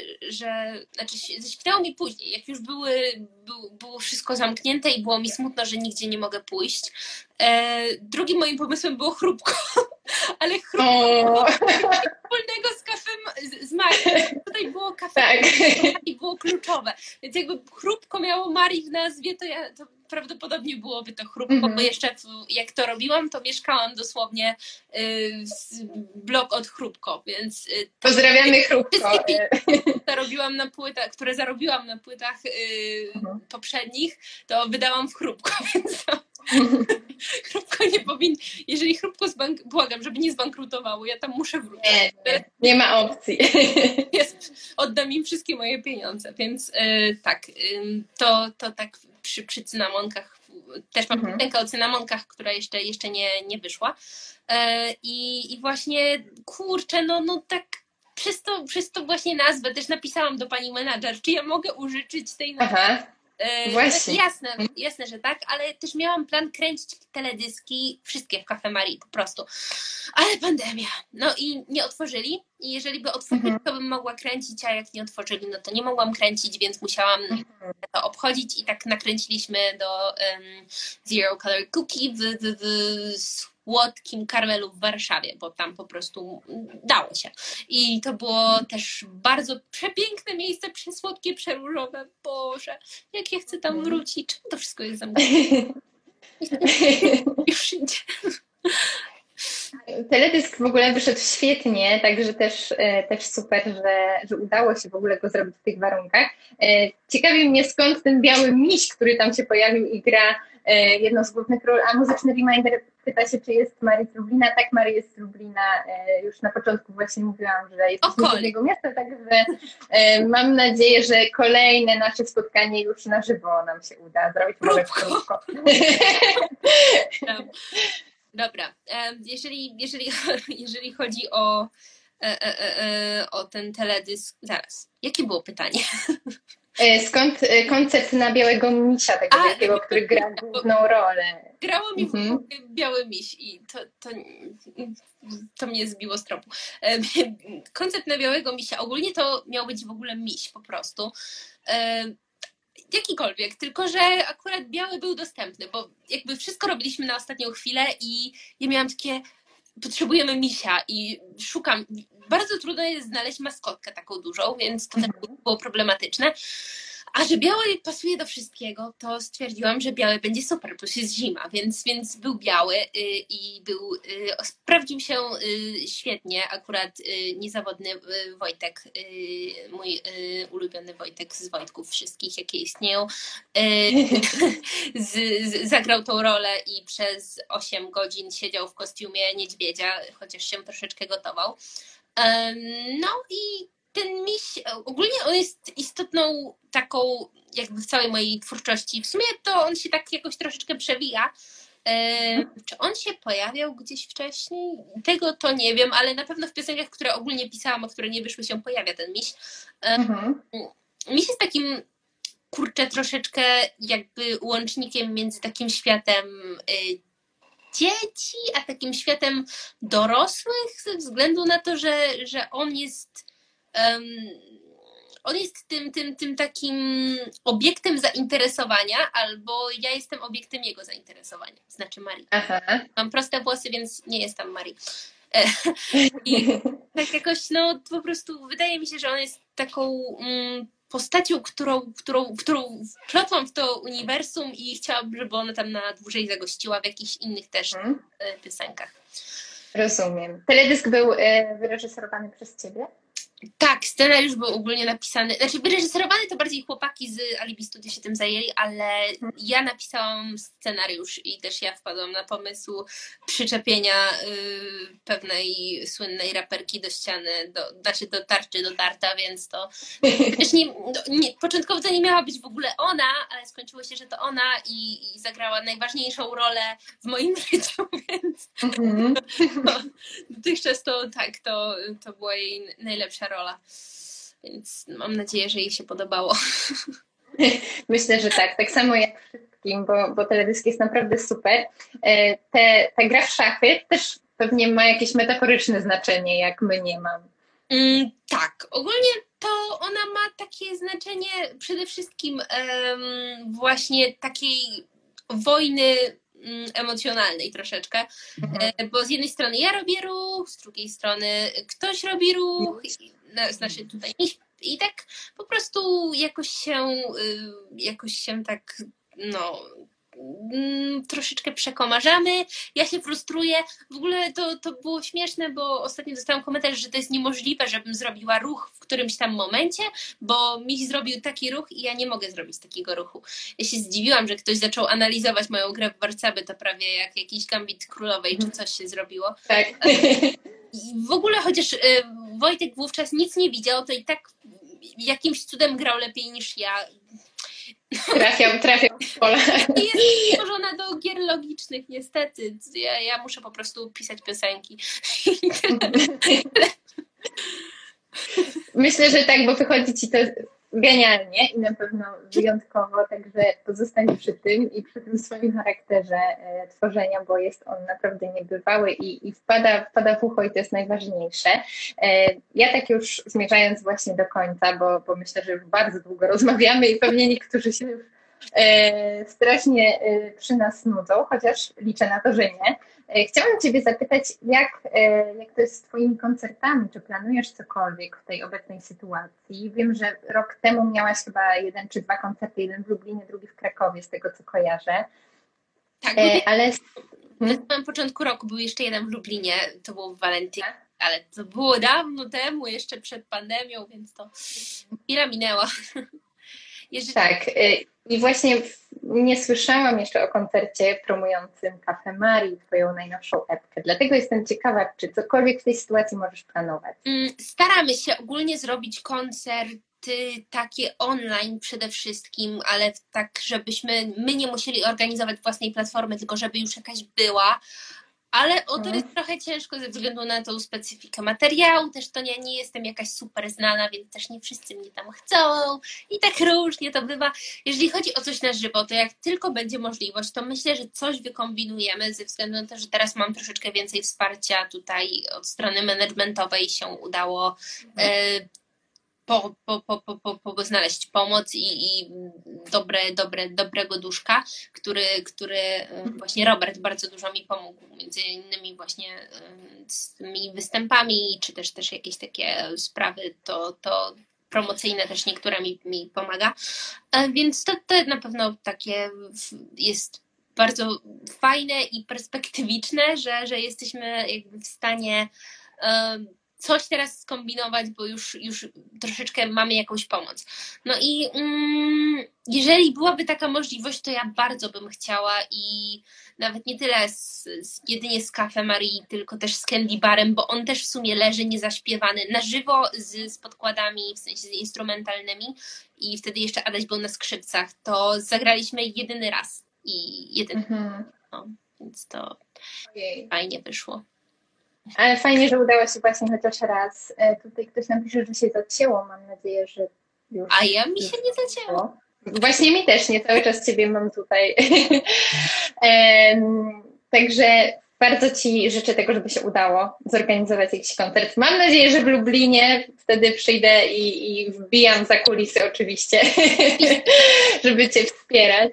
zaświtało mi później, jak już było wszystko zamknięte i było mi smutno, że nigdzie nie mogę pójść. Drugim moim pomysłem było chrupko, ale chrupko wspólnego z kafem z Marii. Tutaj było kafe i było kluczowe, więc jakby chrupko miało Marii w nazwie, to prawdopodobnie byłoby to chrupko, bo jeszcze jak to robiłam, to mieszkałam dosłownie blok od chrupko, więc pozdrawiamy chrupko. To robiłam na płytach, które zarobiłam na płytach poprzednich, to wydałam w chrupko, więc to chrupko nie powinno, jeżeli chrupko błagam, żeby nie zbankrutowało, ja tam muszę wrócić. Nie ma opcji. Oddam im wszystkie moje pieniądze, więc tak, to tak przy cynamonkach, też mam piosenkę o cynamonkach, która jeszcze nie wyszła i właśnie, kurczę, no tak przez to właśnie nazwę też napisałam do pani menadżer, czy ja mogę użyczyć tej nazwy. Właśnie. Jasne, że tak, ale też miałam plan kręcić teledyski, wszystkie w Cafe Marii po prostu. Ale pandemia. No i nie otworzyli. I jeżeli by otworzyli, to bym mogła kręcić, a jak nie otworzyli, no to nie mogłam kręcić, więc musiałam to obchodzić i tak nakręciliśmy do Zero Color Cookie w słodkim Karmelu w Warszawie, bo tam po prostu dało się. I to było też bardzo przepiękne miejsce, przesłodkie, przeróżowe. Boże, jak ja chcę tam wrócić. Czemu to wszystko jest zamknięte? Już idzie. Teledysk w ogóle wyszedł świetnie, także też super, że udało się w ogóle go zrobić w tych warunkach. Ciekawi mnie, skąd ten biały miś, który tam się pojawił i gra jedną z głównych ról, a muzyczny reminder pyta się, czy jest Marii z Lublina. Tak, Marii jest z Lublina. Już na początku właśnie mówiłam, że jest z drugiego miasta, także mam nadzieję, że kolejne nasze spotkanie już na żywo nam się uda zrobić. Krótko. Dobra, jeżeli chodzi o ten teledysk, zaraz, jakie było pytanie? Skąd koncept na białego misia, tego wielkiego, który gra główną rolę? Grało mi w biały miś i to mnie zbiło z tropu. Koncept na białego misia, ogólnie to miał być w ogóle miś po prostu. Jakikolwiek, tylko że akurat biały był dostępny, bo jakby wszystko robiliśmy na ostatnią chwilę i ja miałam takie, potrzebujemy misia i szukam, bardzo trudno jest znaleźć maskotkę taką dużą, więc to też było problematyczne. A że biały pasuje do wszystkiego, to stwierdziłam, że biały będzie super, bo jest zima, więc był biały i sprawdził się świetnie, akurat niezawodny Wojtek, mój ulubiony Wojtek z Wojtków wszystkich, jakie istnieją, zagrał tą rolę i przez 8 godzin siedział w kostiumie niedźwiedzia, chociaż się troszeczkę gotował. No i ten miś, ogólnie on jest istotną taką jakby w całej mojej twórczości. W sumie to on się tak jakoś troszeczkę przewija. Czy on się pojawiał gdzieś wcześniej? Tego to nie wiem, ale na pewno w piosenkach, które ogólnie pisałam, a które nie wyszły, się pojawia ten miś. Miś jest takim, kurczę, troszeczkę jakby łącznikiem między takim światem dzieci, a takim światem dorosłych, ze względu na to, że on jest tym takim obiektem zainteresowania, albo ja jestem obiektem jego zainteresowania, znaczy Marii. Mam proste włosy, więc nie jestem Marii. I tak jakoś, no po prostu wydaje mi się, że on jest taką postacią, którą wplotłam w to uniwersum i chciałabym, żeby ona tam na dłużej zagościła w jakichś innych też piosenkach. Rozumiem. Teledysk był wyreżyserowany przez ciebie? Tak, scenariusz był ogólnie napisany, znaczy wyreżyserowany to bardziej chłopaki z Alibi Studio się tym zajęli, ale ja napisałam scenariusz i też ja wpadłam na pomysł przyczepienia pewnej słynnej raperki do ściany, do tarczy, do darta, więc to też początkowo to nie miała być w ogóle ona, ale skończyło się, że to ona i zagrała najważniejszą rolę w moim życiu, więc dotychczas to tak, to była jej najlepsza rola, więc mam nadzieję, że jej się podobało. Myślę, że tak. Tak samo jak wszystkim, bo teledysk jest naprawdę super. Ta gra w szachy też pewnie ma jakieś metaforyczne znaczenie, jak my nie mam. Tak, ogólnie to ona ma takie znaczenie przede wszystkim właśnie takiej wojny emocjonalnej troszeczkę, bo z jednej strony ja robię ruch, z drugiej strony ktoś robi ruch, znaczy tutaj i tak po prostu jakoś się tak troszeczkę przekomarzamy, ja się frustruję. W ogóle to było śmieszne, bo ostatnio dostałam komentarz, że to jest niemożliwe, żebym zrobiła ruch w którymś tam momencie, bo Miś zrobił taki ruch i ja nie mogę zrobić takiego ruchu. Ja się zdziwiłam, że ktoś zaczął analizować moją grę w Warcaby, to prawie jak jakiś gambit królowej, czy coś się zrobiło. Tak. I w ogóle chociaż Wojtek wówczas nic nie widział, to i tak jakimś cudem grał lepiej niż ja. Trafiał w pole. Jest stworzona do gier logicznych, niestety. Ja muszę po prostu pisać piosenki. Myślę, że tak, bo wychodzi ci to genialnie i na pewno wyjątkowo, także pozostań przy tym i przy tym swoim charakterze tworzenia, bo jest on naprawdę niebywały i wpada w ucho i to jest najważniejsze. Ja tak już zmierzając właśnie do końca, bo myślę, że już bardzo długo rozmawiamy i pewnie niektórzy się już strasznie przy nas nudzą, chociaż liczę na to, że nie. Chciałam Ciebie zapytać, jak to jest z Twoimi koncertami? Czy planujesz cokolwiek w tej obecnej sytuacji? Wiem, że rok temu miałaś chyba 1 czy 2 koncerty, jeden w Lublinie, drugi w Krakowie, z tego co kojarzę. Tak, ale na samym początku roku był jeszcze jeden w Lublinie, to był w Walentynie, ale to było dawno temu, jeszcze przed pandemią, więc to chwila minęła. Tak, i właśnie nie słyszałam jeszcze o koncercie promującym Cafe Marii, Twoją najnowszą epkę. Dlatego jestem ciekawa, czy cokolwiek w tej sytuacji możesz planować. Staramy się ogólnie zrobić koncerty takie online przede wszystkim, ale tak, żebyśmy my nie musieli organizować własnej platformy, tylko żeby już jakaś była. Ale to jest trochę ciężko ze względu na tą specyfikę materiału, też to nie jestem jakaś super znana, więc też nie wszyscy mnie tam chcą i tak różnie to bywa. Jeżeli chodzi o coś na żywo, to jak tylko będzie możliwość, to myślę, że coś wykombinujemy ze względu na to, że teraz mam troszeczkę więcej wsparcia tutaj od strony managementowej się udało znaleźć pomoc i dobrego duszka, który właśnie Robert bardzo dużo mi pomógł, między innymi właśnie z tymi występami, czy też jakieś takie sprawy, to promocyjne też niektóre mi pomaga, więc to na pewno takie jest bardzo fajne i perspektywiczne, że jesteśmy jakby w stanie coś teraz skombinować, bo już troszeczkę mamy jakąś pomoc. No i jeżeli byłaby taka możliwość, to ja bardzo bym chciała i nawet nie tyle jedynie z Cafe Marii, tylko też z Candy Barem, bo on też w sumie leży niezaśpiewany na żywo z podkładami, w sensie z instrumentalnymi i wtedy jeszcze Adaś był na skrzypcach. To zagraliśmy jedyny raz i jedyny. No, więc to fajnie wyszło. Ale fajnie, że udało się właśnie chociaż raz. Tutaj ktoś nam pisze, że się zacięło. Mam nadzieję, że już... A ja mi się nie zacięło. Właśnie mi też nie. Cały czas Ciebie mam tutaj. Także bardzo Ci życzę tego, żeby się udało zorganizować jakiś koncert. Mam nadzieję, że w Lublinie. Wtedy przyjdę i wbijam za kulisy oczywiście, żeby Cię wspierać.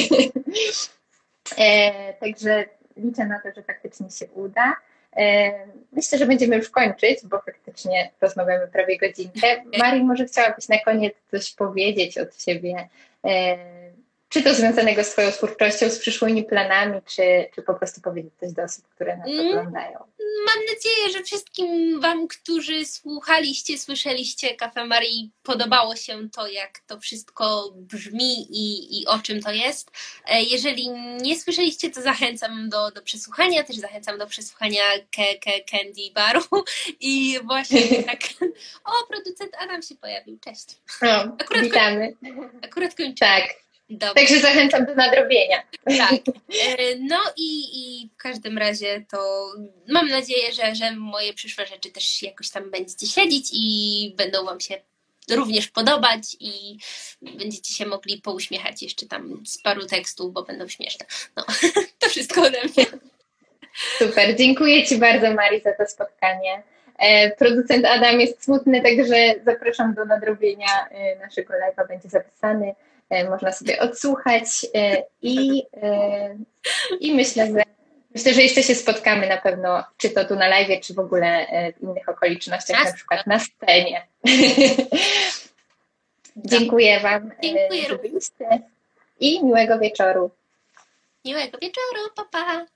Także liczę na to, że faktycznie się uda. Myślę, że będziemy już kończyć, bo faktycznie rozmawiamy prawie godzinkę. Marii, może chciałabyś na koniec coś powiedzieć od siebie, czy to związanego z Twoją twórczością, z przyszłymi planami, czy po prostu powiedzieć coś do osób, które nas oglądają? Mam nadzieję, że wszystkim Wam, którzy słyszeliście Cafe Marii, podobało się to, jak to wszystko brzmi i o czym to jest. Jeżeli nie słyszeliście, to zachęcam do przesłuchania, też zachęcam do przesłuchania Candy Baru i właśnie tak, producent Adam się pojawił, cześć. Witamy. Akurat kończymy. Tak. Dobra. Także zachęcam do nadrobienia. Tak. No i w każdym razie to mam nadzieję, że moje przyszłe rzeczy też jakoś tam będziecie śledzić i będą Wam się również podobać i będziecie się mogli pouśmiechać jeszcze tam z paru tekstów, bo będą śmieszne. No, to wszystko ode mnie. Super, dziękuję Ci bardzo, Marii, za to spotkanie. Producent Adam jest smutny, także zapraszam do nadrobienia naszego live'a, będzie zapisany. Można sobie odsłuchać i myślę, że jeszcze się spotkamy na pewno, czy to tu na live, czy w ogóle w innych okolicznościach, na przykład na scenie. Dziękuję Wam, że byliście i miłego wieczoru. Miłego wieczoru, pa pa!